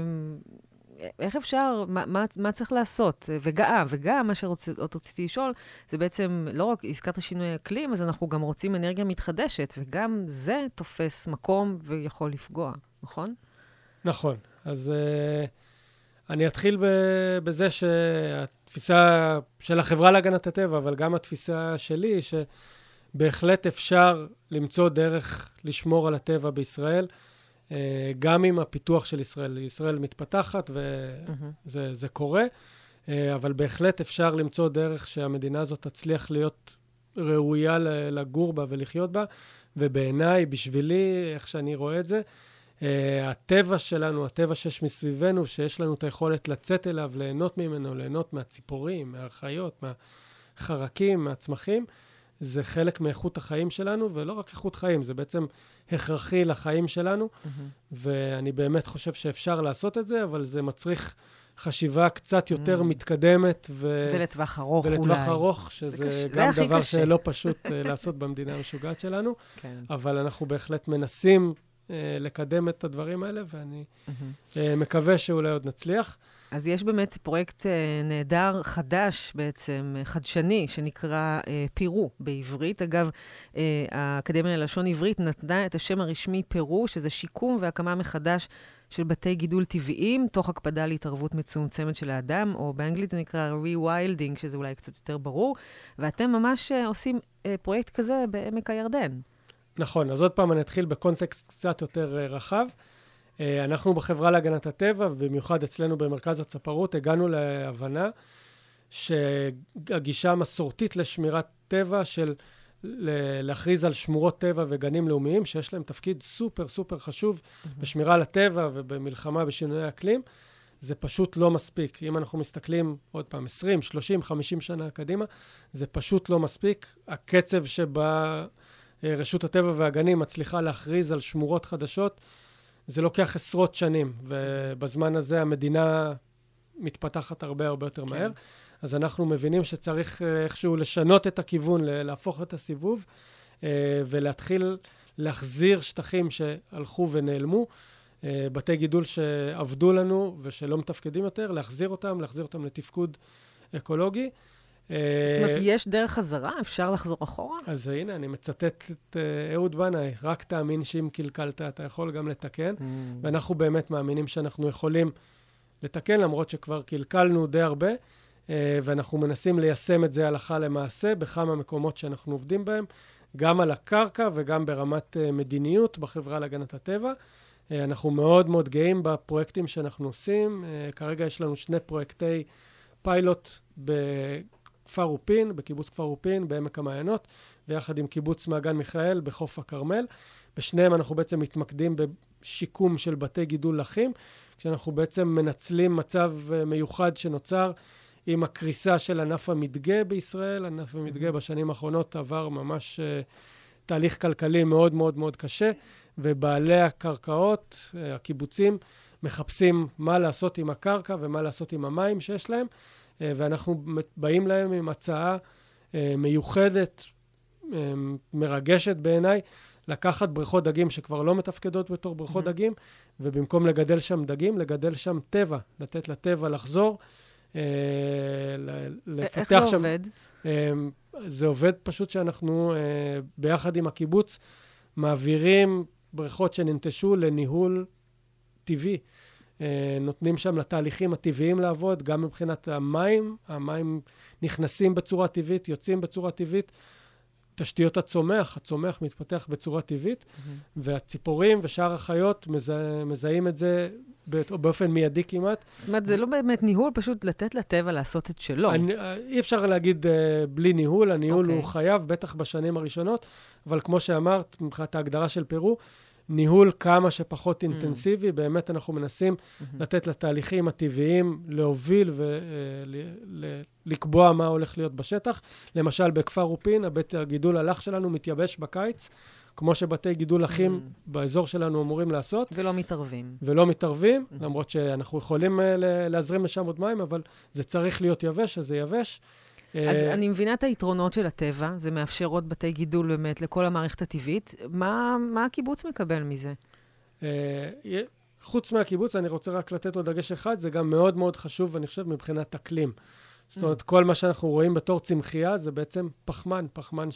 איך אפשר, מה, מה, מה צריך לעשות? וגם, וגם מה שרציתי לשאול, זה בעצם לא רק עסקת השינוי אקלים, אז אנחנו גם רוצים אנרגיה מתחדשת, וגם זה תופס מקום ויכול לפגוע, נכון? נכון. אז uh, אני אתחיל בזה שהתפיסה של החברה להגנת הטבע, אבל גם התפיסה שלי, שבהחלט אפשר למצוא דרך לשמור על הטבע בישראל, גם עם הפיתוח של ישראל. ישראל מתפתחת וזה mm-hmm. זה קורה, אבל בהחלט אפשר למצוא דרך שהמדינה הזאת תצליח להיות ראויה לגור בה ולחיות בה, ובעיניי, בשבילי, איך שאני רואה את זה, הטבע שלנו, הטבע שיש מסביבנו, שיש לנו את היכולת לצאת אליו, ליהנות ממנו, ליהנות מהציפורים, מהחיות, מהחרקים, מהצמחים, זה חלק מאיכות החיים שלנו, ולא רק איכות חיים, זה בעצם הכרחי לחיים שלנו, mm-hmm. ואני באמת חושב שאפשר לעשות את זה, אבל זה מצריך חשיבה קצת יותר mm-hmm. מתקדמת. ו... ולטווח ארוך ולטווח אולי. ולטווח ארוך, שזה קש... גם דבר קשה. שלא פשוט לעשות במדינה המשוגעת שלנו, כן. אבל אנחנו בהחלט מנסים uh, לקדם את הדברים האלה, ואני mm-hmm. uh, מקווה שאולי עוד נצליח. אז יש באמת פרויקט אה, נהדר חדש בעצם, חדשני, שנקרא אה, פירו בעברית. אגב, אה, האקדמיה ללשון עברית נתנה את השם הרשמי פירו, שזה שיקום והקמה מחדש של בתי גידול טבעיים, תוך הקפדה להתערבות מצומצמת של האדם, או באנגלית זה נקרא re-wilding, שזה אולי קצת יותר ברור, ואתם ממש אה, עושים אה, פרויקט כזה בעמק הירדן. נכון, אז עוד פעם אני אתחיל בקונטקסט קצת יותר אה, רחב. אנחנו בחברה להגנת הטבע, ובמיוחד אצלנו במרכז הצפרות, הגענו להבנה שהגישה המסורתית לשמירת טבע של להכריז על שמורות טבע וגנים לאומיים, שיש להם תפקיד סופר סופר חשוב mm-hmm. בשמירה על הטבע ובמלחמה בשינוי האקלים, זה פשוט לא מספיק. אם אנחנו מסתכלים עוד פעם עשרים, שלושים, חמישים שנה קדימה, זה פשוט לא מספיק. הקצב שבה רשות הטבע והגנים מצליחה להכריז על שמורות חדשות, זה לוקח עשרות שנים, ובזמן הזה המדינה מתפתחת הרבה הרבה יותר מהר. אז אנחנו מבינים שצריך איכשהו לשנות את הכיוון, להפוך את הסיבוב, ולהתחיל להחזיר שטחים שהלכו ונעלמו, בתי גידול שעבדו לנו ושלא מתפקדים יותר, להחזיר אותם, להחזיר אותם לתפקוד אקולוגי. זאת אומרת, יש דרך חזרה? אפשר לחזור אחורה? אז הנה, אני מצטט את אהוד בנאי, רק תאמין שאם קלקלת, אתה יכול גם לתקן, ואנחנו באמת מאמינים שאנחנו יכולים לתקן, למרות שכבר קלקלנו די הרבה, ואנחנו מנסים ליישם את זה הלכה למעשה, בכמה מקומות שאנחנו עובדים בהם, גם על הקרקע וגם ברמת מדיניות בחברה להגנת הטבע. אנחנו מאוד מאוד גאים בפרויקטים שאנחנו עושים. כרגע יש לנו שני פרויקטי פיילוט בכפר אופין, בקיבוץ כפר אופין, בעמק המעיינות, ויחד עם קיבוץ מעגן מיכאל בחוף הכרמל. בשניהם אנחנו בעצם מתמקדים בשיקום של בתי גידול לחים, כשאנחנו בעצם מנצלים מצב מיוחד שנוצר עם הקריסה של ענף המדגה בישראל. ענף המדגה בשנים האחרונות עבר ממש uh, תהליך כלכלי מאוד מאוד מאוד קשה, ובעלי הקרקעות, uh, הקיבוצים, מחפשים מה לעשות עם הקרקע ומה לעשות עם המים שיש להם, uh, ואנחנו באים להם עם הצעה uh, מיוחדת, uh, מרגשת בעיניי, לקחת בריכות דגים שכבר לא מתפקדות בתור בריכות mm-hmm. דגים, ובמקום לגדל שם דגים, לגדל שם טבע, לתת לטבע לחזור, לפתח איך זה שם, עובד? זה עובד פשוט שאנחנו ביחד עם הקיבוץ מעבירים בריכות שננטשו לניהול טבעי. נותנים שם לתהליכים הטבעיים לעבוד, גם מבחינת המים, המים נכנסים בצורה טבעית, יוצאים בצורה טבעית, תשתיות הצומח, הצומח מתפתח בצורה טבעית, mm-hmm. והציפורים ושאר החיות מזה, מזהים את זה באופן מיידי כמעט. זאת אומרת, זה לא באמת ניהול, פשוט לתת לטבע לעשות את שלו. אני, אי אפשר להגיד uh, בלי ניהול, הניהול okay. הוא חייב, בטח בשנים הראשונות, אבל כמו שאמרת, מבחינת ההגדרה של פירו, ניהול כמה שפחות אינטנסיבי, באמת אנחנו מנסים לתת לתהליכים הטבעיים להוביל ולקבוע מה הולך להיות בשטח. למשל, בכפר אופין, הבית הגידול הלך שלנו מתייבש בקיץ, כמו שבתי גידול אחים באזור שלנו אמורים לעשות. ולא מתערבים. ולא מתערבים, למרות שאנחנו יכולים להזרים לשם עוד מים, אבל זה צריך להיות יבש, אז זה יבש. אז אני מבינה את היתרונות של הטבע, זה מאפשר עוד בתי גידול באמת לכל המערכת הטבעית. מה, מה הקיבוץ מקבל מזה? חוץ מהקיבוץ, אני רוצה רק לתת עוד דגש אחד, זה גם מאוד מאוד חשוב, אני חושב, מבחינת אקלים. זאת אומרת, כל מה שאנחנו רואים בתור צמחייה, זה בעצם פחמן, פחמן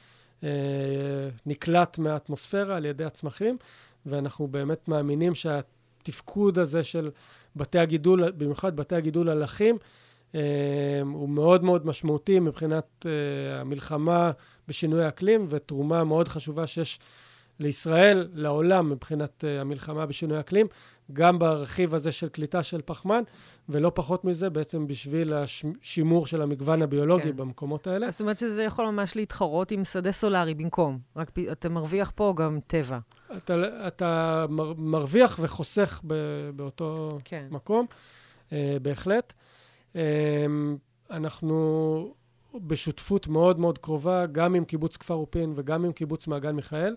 שנקלט מהאטמוספירה על ידי הצמחים, ואנחנו באמת מאמינים שהתפקוד הזה של בתי הגידול, במיוחד בתי הגידול הלחים, הוא מאוד מאוד משמעותי מבחינת המלחמה בשינוי האקלים, ותרומה מאוד חשובה שיש לישראל, לעולם, מבחינת המלחמה בשינוי האקלים, גם ברכיב הזה של קליטה של פחמן, ולא פחות מזה בעצם בשביל השימור של המגוון הביולוגי כן. במקומות האלה. זאת אומרת שזה יכול ממש להתחרות עם שדה סולרי במקום, רק אתה מרוויח פה גם טבע. אתה, אתה מרוויח וחוסך באותו כן. מקום, בהחלט. אנחנו בשותפות מאוד מאוד קרובה, גם עם קיבוץ כפר אופין וגם עם קיבוץ מעגן מיכאל,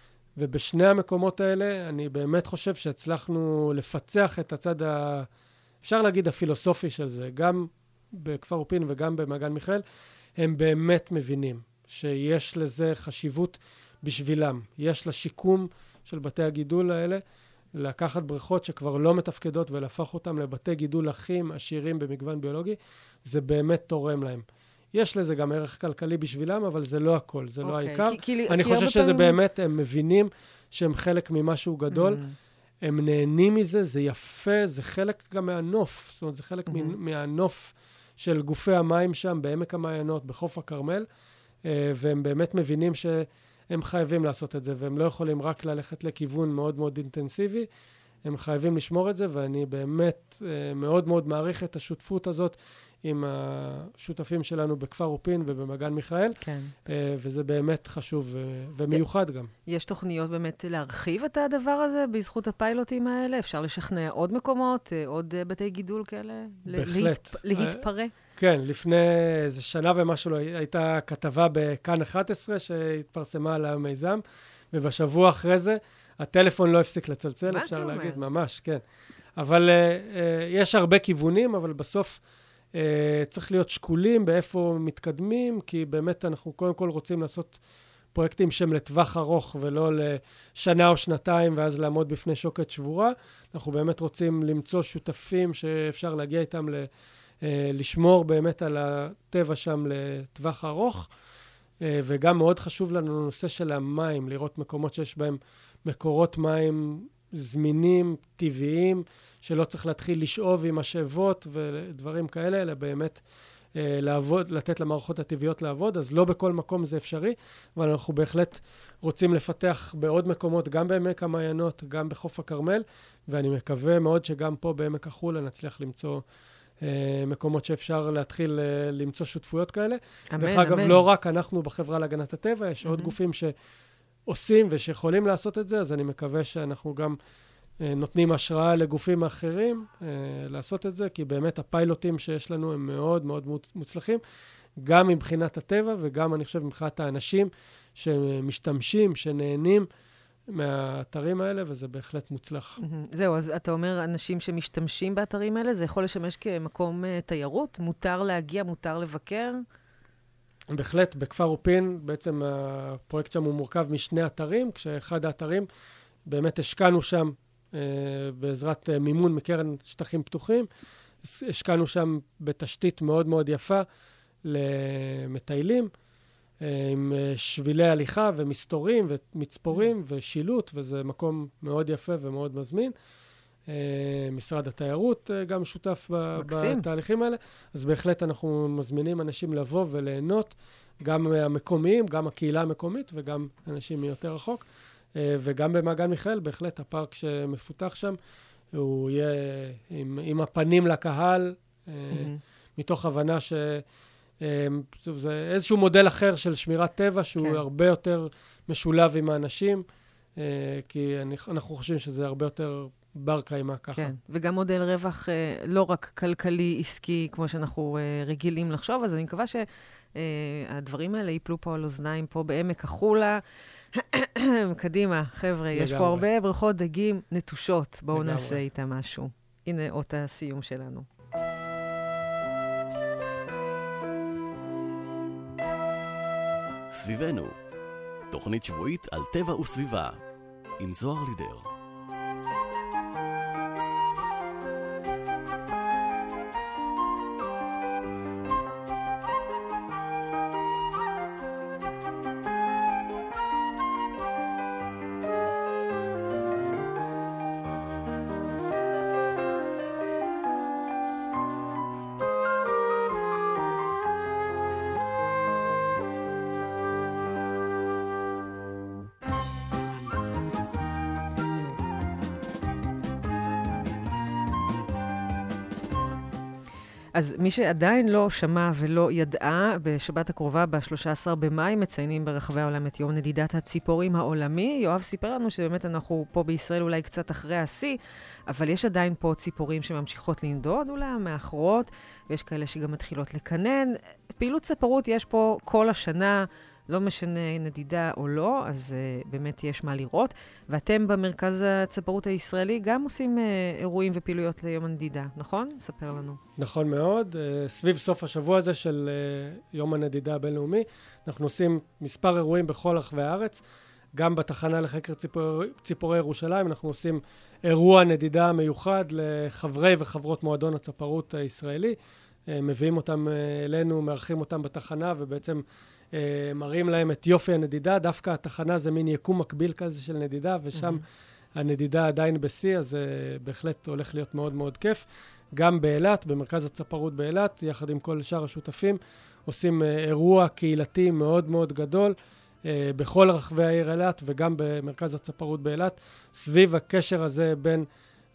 ובשני המקומות האלה אני באמת חושב שהצלחנו לפצח את הצד, ה... אפשר להגיד הפילוסופי של זה, גם בכפר אופין וגם במעגן מיכאל, הם באמת מבינים שיש לזה חשיבות בשבילם. יש לשיקום של בתי הגידול האלה, לקחת בריכות שכבר לא מתפקדות ולהפוך אותם לבתי גידול אחים עשירים במגוון ביולוגי, זה באמת תורם להם. יש לזה גם ערך כלכלי בשבילם, אבל זה לא הכל, זה okay. לא העיקר. כי, כי, אני כי חושב שזה פעמים... באמת, הם מבינים שהם חלק ממשהו גדול, mm-hmm. הם נהנים מזה, זה יפה, זה חלק גם מהנוף, זאת אומרת, זה חלק mm-hmm. מהנוף של גופי המים שם, בעמק המעיינות, בחוף הכרמל, והם באמת מבינים שהם חייבים לעשות את זה, והם לא יכולים רק ללכת לכיוון מאוד מאוד אינטנסיבי, הם חייבים לשמור את זה, ואני באמת מאוד מאוד מעריך את השותפות הזאת, עם השותפים שלנו בכפר אופין ובמעגן מיכאל, כן. וזה באמת חשוב ומיוחד גם. יש תוכניות באמת להרחיב את הדבר הזה בזכות הפיילוטים האלה? אפשר לשכנע עוד מקומות, עוד בתי גידול כאלה? בהחלט. להתפרע? כן, לפני איזה שנה ומשהו הייתה כתבה בכאן אחת עשרה שהתפרסמה על המיזם, ובשבוע אחרי זה הטלפון לא הפסיק לצלצל, אפשר להגיד, ממש, כן. אבל יש הרבה כיוונים, אבל בסוף Uh, צריך להיות שקולים באיפה מתקדמים, כי באמת אנחנו קודם כל רוצים לעשות פרויקטים שהם לטווח ארוך, ולא לשנה או שנתיים, ואז לעמוד בפני שוקת שבורה. אנחנו באמת רוצים למצוא שותפים שאפשר להגיע איתם ל, uh, לשמור באמת על הטבע שם לטווח ארוך, uh, וגם מאוד חשוב לנו נושא של המים, לראות מקומות שיש בהם מקורות מים זמינים, טבעיים, שלא צריך להתחיל לשאוב עם השאבות ודברים כאלה, אלא באמת אה, לעבוד, לתת למערכות הטבעיות לעבוד, אז לא בכל מקום זה אפשרי, אבל אנחנו בהחלט רוצים לפתח בעוד מקומות, גם בעמק המעיינות, גם בחוף הכרמל, ואני מקווה מאוד שגם פה בעמק החולה נצליח למצוא אה, מקומות שאפשר להתחיל אה, למצוא שותפויות כאלה. אמן, דרך אגב, אמן. לא רק אנחנו בחברה להגנת הטבע, יש mm-hmm. עוד גופים שעושים ושיכולים לעשות את זה, אז אני מקווה שאנחנו גם נותנים השראה לגופים אחרים אה, לעשות את זה, כי באמת הפיילוטים שיש לנו הם מאוד מאוד מוצלחים, גם מבחינת הטבע וגם אני חושב מבחינת האנשים שמשתמשים, שנהנים מהאתרים האלה, וזה בהחלט מוצלח. Mm-hmm. זהו, אז אתה אומר אנשים שמשתמשים באתרים האלה, זה יכול לשמש כמקום uh, תיירות? מותר להגיע, מותר לבקר? בהחלט, בכפר אופין, בעצם הפרויקט שם הוא מורכב משני אתרים, כשאחד האתרים באמת השקענו שם, בעזרת מימון מקרן שטחים פתוחים, השקענו שם בתשתית מאוד מאוד יפה למטיילים, עם שבילי הליכה ומסתורים ומצפורים ושילוט, וזה מקום מאוד יפה ומאוד מזמין. משרד התיירות גם שותף מקסים. בתהליכים האלה, אז בהחלט אנחנו מזמינים אנשים לבוא וליהנות, גם המקומיים, גם הקהילה המקומית וגם אנשים מיותר רחוק. וגם במעגן מיכאל, בהחלט הפארק שמפותח שם, הוא יהיה עם, עם הפנים לקהל, mm-hmm. מתוך הבנה שזה איזשהו מודל אחר של שמירת טבע, שהוא כן. הרבה יותר משולב עם האנשים, כי אני, אנחנו חושבים שזה הרבה יותר בר קיימה ככה. כן, וגם מודל רווח לא רק כלכלי, עסקי, כמו שאנחנו רגילים לחשוב, אז אני מקווה שהדברים האלה ייפלו פה על אוזניים, פה בעמק החולה. קדימה, חבר'ה, יש פה הרבה בריכות דגים נטושות. בואו נעשה איתם משהו. הנה אות הסיום שלנו. סביבנו, תוכנית שבועית על טבע וסביבה, עם זוהר לידר. אז מי שעדיין לא שמע ולא ידעה, בשבת הקרובה, ב-שלושה עשר במאי, מציינים ברחבי העולם את יום נדידת הציפורים העולמי. יואב סיפר לנו שבאמת אנחנו פה בישראל אולי קצת אחרי השיא, אבל יש עדיין פה ציפורים שממשיכות לנדוד, אולי מאחרות, ויש כאלה שגם מתחילות לקנן. פעילות צפרות יש פה כל השנה, לא משנה נדידה או לא, אז uh, באמת יש מה לראות. ואתם במרכז הצפרות הישראלי גם עושים uh, אירועים ופעילויות ליום הנדידה, נכון? ספר לנו. נכון מאוד. Uh, סביב סוף השבוע הזה של uh, יום הנדידה הבינלאומי, אנחנו עושים מספר אירועים בכל רחבי הארץ. גם בתחנה לחקר ציפור, ציפורי ירושלים, אנחנו עושים אירוע נדידה מיוחד לחברי וחברות מועדון הצפרות הישראלי. Uh, מביאים אותם uh, אלינו, מארחים אותם בתחנה, ובעצם Uh, מראים להם את יופי הנדידה. דווקא התחנה זה מין יקום מקביל כזה של נדידה, ושם mm-hmm. הנדידה עדיין בשיא, אז uh, בהחלט הולך להיות מאוד מאוד כיף. גם באילת, במרכז הצפרות באילת, יחד עם כל שאר השותפים, עושים uh, אירוע קהילתי מאוד מאוד גדול, uh, בכל רחבי העיר אילת, וגם במרכז הצפרות באילת, סביב הקשר הזה בין uh,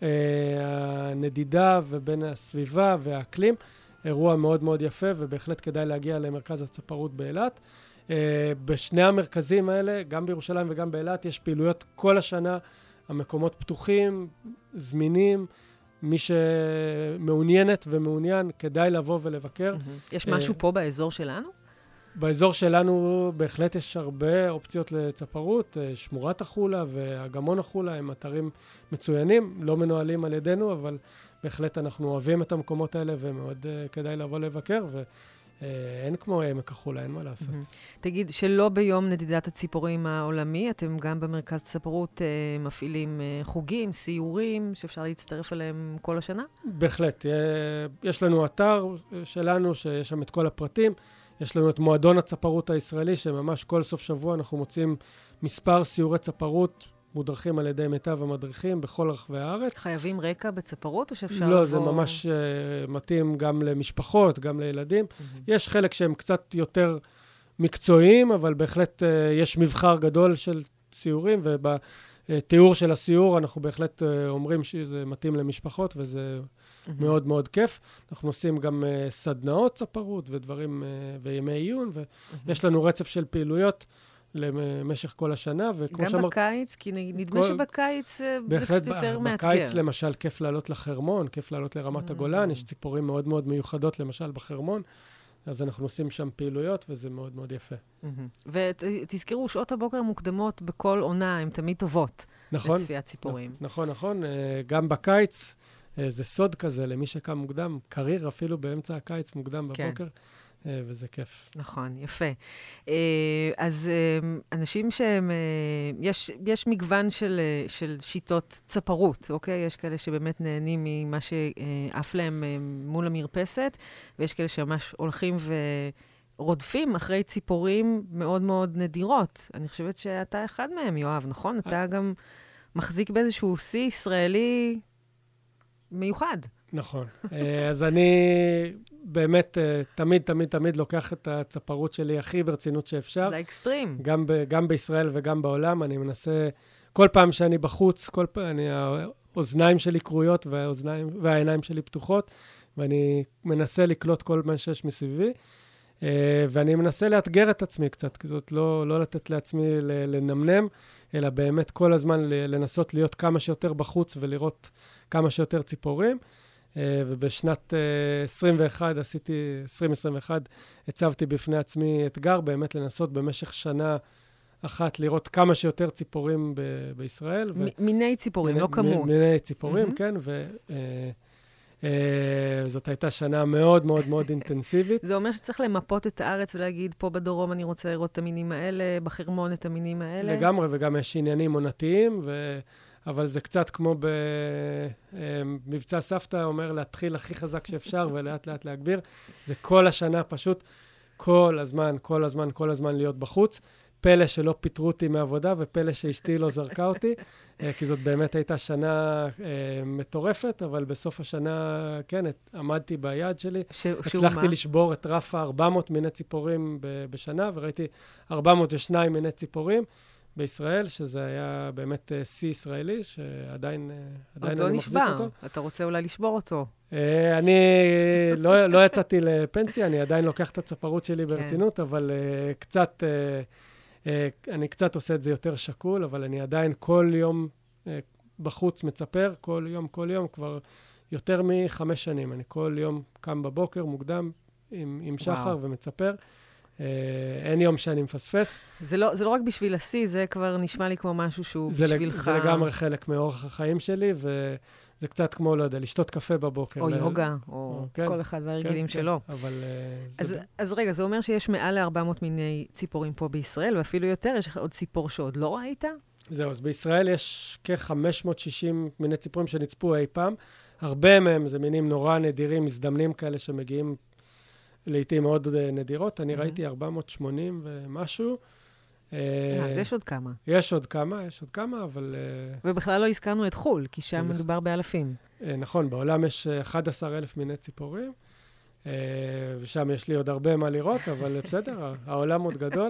הנדידה ובין הסביבה והאקלים. אירוע מאוד מאוד יפה, ובהחלט כדאי להגיע למרכז הצפרות באילת. Uh, בשני המרכזים האלה, גם בירושלים וגם באילת, יש פעילויות כל השנה, המקומות פתוחים, זמינים, מי שמעוניינת ומעוניין, כדאי לבוא ולבקר. Mm-hmm. יש משהו uh, פה באזור שלנו? באזור שלנו בהחלט יש הרבה אופציות לצפרות, uh, שמורת החולה והגמון החולה, הם אתרים מצוינים, לא מנוהלים על ידינו, אבל בהחלט אנחנו אוהבים את המקומות האלה, ומאוד uh, כדאי לבוא לבקר, ואין uh, כמו עמק החולה, אין מה לעשות. Mm-hmm. תגיד, שלא ביום נדידת הציפורים העולמי, אתם גם במרכז צפרות uh, מפעילים uh, חוגים, סיורים, שאפשר להצטרף אליהם כל השנה? בהחלט. יש לנו אתר שלנו, שיש שם את כל הפרטים. יש לנו את מועדון הצפרות הישראלי, שממש כל סוף שבוע אנחנו מוצאים מספר סיורי צפרות, מודרכים על ידי מיטב המדריכים בכל רחבי הארץ. חייבים רקע בצפרות או שאפשר לא, לבוא... זה ממש uh, מתאים גם למשפחות, גם לילדים. Mm-hmm. יש חלק שהם קצת יותר מקצועיים, אבל בהחלט uh, יש מבחר גדול של סיורים, ובתיאור של הסיור אנחנו בהחלט uh, אומרים שזה מתאים למשפחות, וזה mm-hmm. מאוד מאוד כיף. אנחנו עושים גם uh, סדנאות צפרות ודברים, uh, וימי עיון, ויש mm-hmm. לנו רצף של פעילויות, למשך כל השנה, גם שמר... בקיץ, כי נדמה כל... שבקיץ זה קצת יותר מאתגר. בקיץ למשל כיף לעלות לחרמון, כיף לעלות לרמת mm-hmm. הגולן, יש ציפורים מאוד מאוד מיוחדות למשל בחרמון, אז אנחנו עושים שם פעילויות, וזה מאוד מאוד יפה. Mm-hmm. ותזכרו, שעות הבוקר מוקדמות בכל עונה, הן תמיד טובות נכון, לצפיית ציפורים. נכון, נכון, גם בקיץ, זה סוד כזה למי שקם מוקדם, קריר אפילו באמצע הקיץ מוקדם בבוקר, כן. וזה כיף. נכון, יפה. אז אנשים שהם, יש, יש מגוון של, של שיטות צפרות, אוקיי? יש כאלה שבאמת נהנים ממה שאף להם מול המרפסת, ויש כאלה שממש הולכים ורודפים אחרי ציפורים מאוד מאוד נדירות. אני חושבת שאתה אחד מהם, יואב, נכון? אתה גם מחזיק באיזשהו שיא ישראלי מיוחד. נכון. אז אני באמת תמיד, תמיד, תמיד לוקח את הצפרות שלי הכי ברצינות שאפשר. זה אקסטרים. גם, ב, גם בישראל וגם בעולם. אני מנסה, כל פעם שאני בחוץ, כל פעם, אני, האוזניים שלי קרויות והאוזניים, והעיניים שלי פתוחות, ואני מנסה לקלוט כל מה שיש מסביבי, ואני מנסה לאתגר את עצמי קצת, זאת לא, לא לתת לעצמי לנמנם, אלא באמת כל הזמן לנסות להיות כמה שיותר בחוץ ולראות כמה שיותר ציפורים. ובשנת עשרים ואחת, עשיתי, עשרים עשרים ואחת, הצבתי בפני עצמי אתגר, באמת לנסות במשך שנה אחת לראות כמה שיותר ציפורים ב- בישראל. ו- מיני ציפורים, מיני, לא כמות. מיני ציפורים, mm-hmm. כן, וזאת הייתה שנה מאוד מאוד מאוד אינטנסיבית. זה אומר שצריך למפות את הארץ ולהגיד, פה בדרום אני רוצה לראות את המינים האלה, בחרמון את המינים האלה. לגמרי, וגם יש עניינים עונתיים, ו... אבל זה קצת כמו במבצע סבתא, אומר להתחיל הכי חזק שאפשר ולאט לאט להגביר. זה כל השנה פשוט, כל הזמן, כל הזמן, כל הזמן להיות בחוץ. פלא שלא פיטרו אותי מעבודה, ופלא שאשתי לא זרקה אותי, כי זאת באמת הייתה שנה מטורפת, אבל בסוף השנה, כן, עמדתי ביעד שלי. ש- הצלחתי לשבור את רף ה-ארבע מאות מיני ציפורים בשנה, וראיתי ארבע מאות ושתיים מיני ציפורים. בישראל, שזה היה באמת שיא ישראלי, שעדיין עדיין אני מחזיק אותו. עוד לא נשבר, אתה רוצה אולי לשבור אותו. אני לא, לא יצאתי לפנסיה, אני עדיין לוקח את הצפרות שלי ברצינות, אבל קצת, אני קצת עושה את זה יותר שקול, אבל אני עדיין כל יום בחוץ מצפר, כל יום, כל יום, כבר יותר מחמש שנים. אני כל יום קם בבוקר מוקדם עם, עם שחר ומצפר. אין יום שאני מפספס. זה לא, זה לא רק בשביל השיא, זה כבר נשמע לי כמו משהו שהוא זה בשבילך. זה לגמרי חלק מאורח החיים שלי, וזה קצת כמו, לא יודע, לשתות קפה בבוקר. או יוגה, או, או כן, כל אחד והרגילים כן, שלו. כן, אבל... אז, זה... אז רגע, זה אומר שיש מעל ל-ארבע מאות מיני ציפורים פה בישראל, ואפילו יותר, יש לך עוד ציפור שעוד לא ראית? זהו, אז בישראל יש כ-חמש מאות ושישים מיני ציפורים שנצפו אי פעם. הרבה מהם זה מינים נורא נדירים, מזדמנים כאלה שמגיעים לעתים מאוד נדירות. אני ראיתי ארבע מאות ושמונים ומשהו. אז יש עוד כמה. יש עוד כמה, יש עוד כמה, אבל... ובכלל לא הזכרנו את חול, כי שם מדובר באלפים. נכון, בעולם יש אחד עשר אלף מיני ציפורים, ושם יש לי עוד הרבה מה לראות, אבל בסדר, העולם עוד גדול.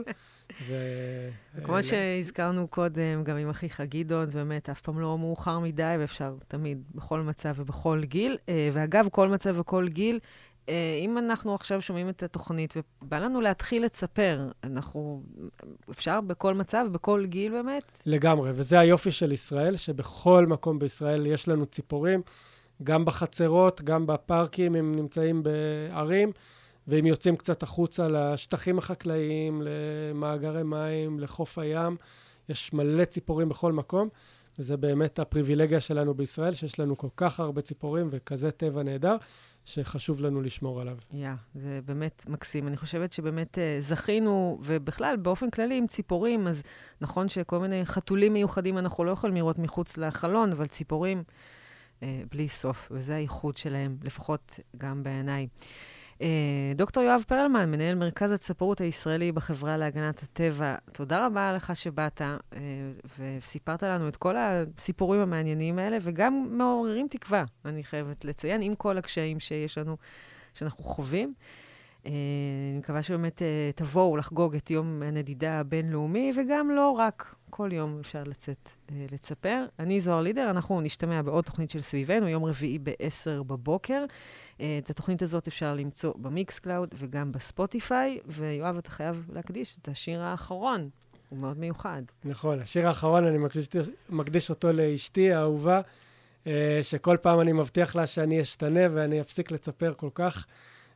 כמו שהזכרנו קודם, גם עם אחיך גדעון, זה באמת אף פעם לא מאוחר מדי, ואפשר תמיד בכל מצב ובכל גיל. ואגב, כל מצב וכל גיל, אם אנחנו עכשיו שומעים את התוכנית, ובא לנו להתחיל לספר, אנחנו, אפשר בכל מצב, בכל גיל באמת? לגמרי, וזה היופי של ישראל, שבכל מקום בישראל יש לנו ציפורים, גם בחצרות, גם בפארקים, הם נמצאים בערים, והם יוצאים קצת החוצה לשטחים החקלאיים, למאגרי מים, לחוף הים, יש מלא ציפורים בכל מקום, וזה באמת הפריבילגיה שלנו בישראל, שיש לנו כל כך הרבה ציפורים וכזה טבע נהדר, שחשוב לנו לשמור עליו. יא, yeah, זה באמת מקסים. אני חושבת שבאמת uh, זכינו, ובכלל, באופן כללי, עם ציפורים, אז נכון שכל מיני חתולים מיוחדים אנחנו לא יכולים לראות מחוץ לחלון, אבל ציפורים uh, בלי סוף, וזה הייחוד שלהם, לפחות גם בעיניי. Uh, דוקטור יואב פרלמן, מנהל מרכז הצפרות הישראלי בחברה להגנת הטבע, תודה רבה לך שבאת uh, וסיפרת לנו את כל הסיפורים המעניינים האלה, וגם מעוררים תקווה, אני חייבת לציין, עם כל הקשיים שיש לנו, שאנחנו חווים. Uh, אני מקווה שבאמת uh, תבואו לחגוג את יום הנדידה הבינלאומי, וגם לא רק, כל יום אפשר לצאת uh, לצפר. אני זוהר לידר, אנחנו נשתמע בעוד תוכנית של סביבנו, יום רביעי ב-עשר בבוקר. את התוכנית הזאת אפשר למצוא במיקס קלאוד וגם בספוטיפיי, ויואב, אתה חייב להקדיש את השיר האחרון, הוא מאוד מיוחד. נכון, השיר האחרון, אני מקדיש, מקדיש אותו לאשתי האהובה, שכל פעם אני מבטיח לה שאני אשתנה ואני אפסיק לצפר כל כך,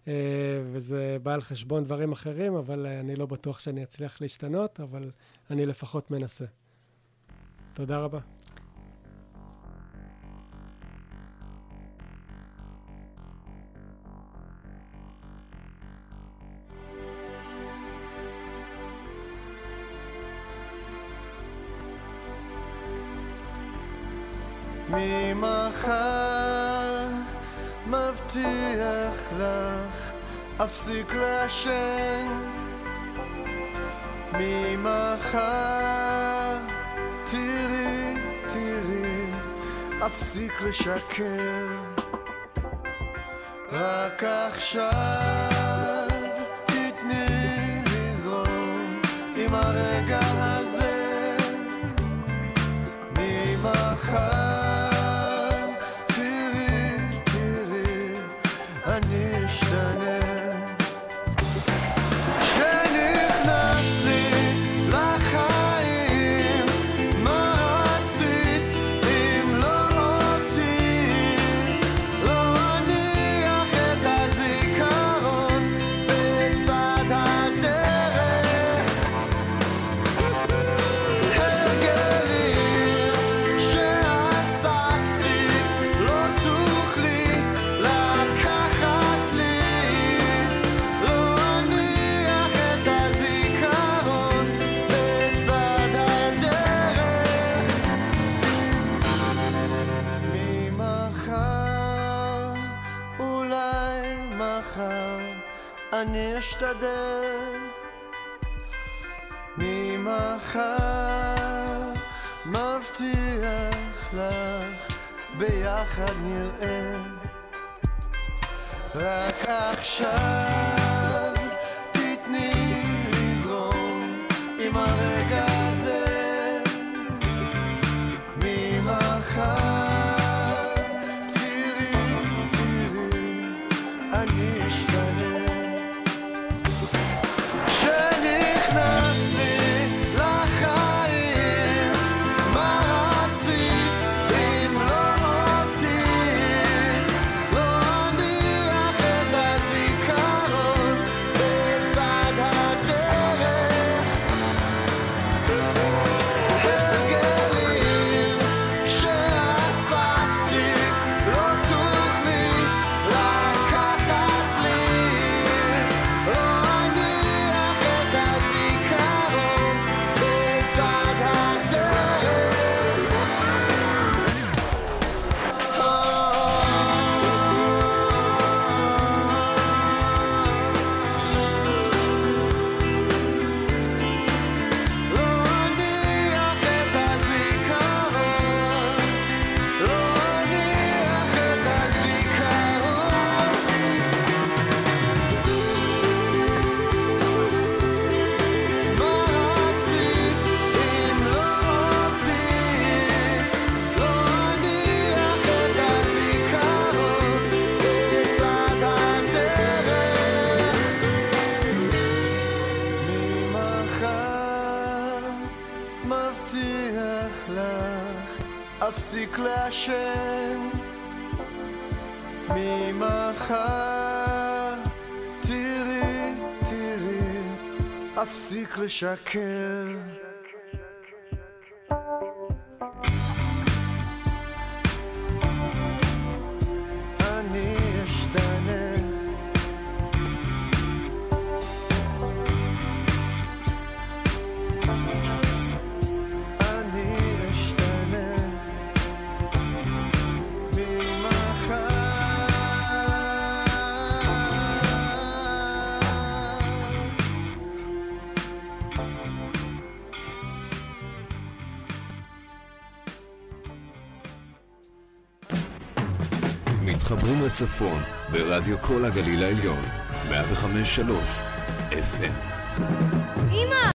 וזה בא על חשבון דברים אחרים, אבל אני לא בטוח שאני אצליח להשתנות, אבל אני לפחות מנסה. תודה רבה. ממחר מבטיח לך אפסיק לעשן, ממחר תראי, תראי, אפסיק לשקר, רק עכשיו תתני לזרום עם הרגע הזה, ממחר אני אשתדל ממחר, מבטיח לך ביחד נראה. רק עכשיו תתני לזרום עם הרגע הזה. ממחר תראי, תראי, אני אשתנה. שנכנסת לי לחיים, מה רצית אם לא אותי? לא אניח את הזיכרון בצד הדרך. הרגלים שאספתי לא תוכלי לקחת לי. לא אניח את הזיכרון בצד הדרך. לא אניח את הזיכרון, לא אניח את הזיכרון. מה רצית אם לא אותי? לא אניח את הזיכרון בצד הדרך. ממחר מבטיח לך אפסיק לעשן. ממחר תראי, תראי, אפסיק לשקר. אני אשתנה. אני אשתנה. מתחברים לצפון ברדיו כל הגליל העליון, מאה וחמש שלוש אף אם.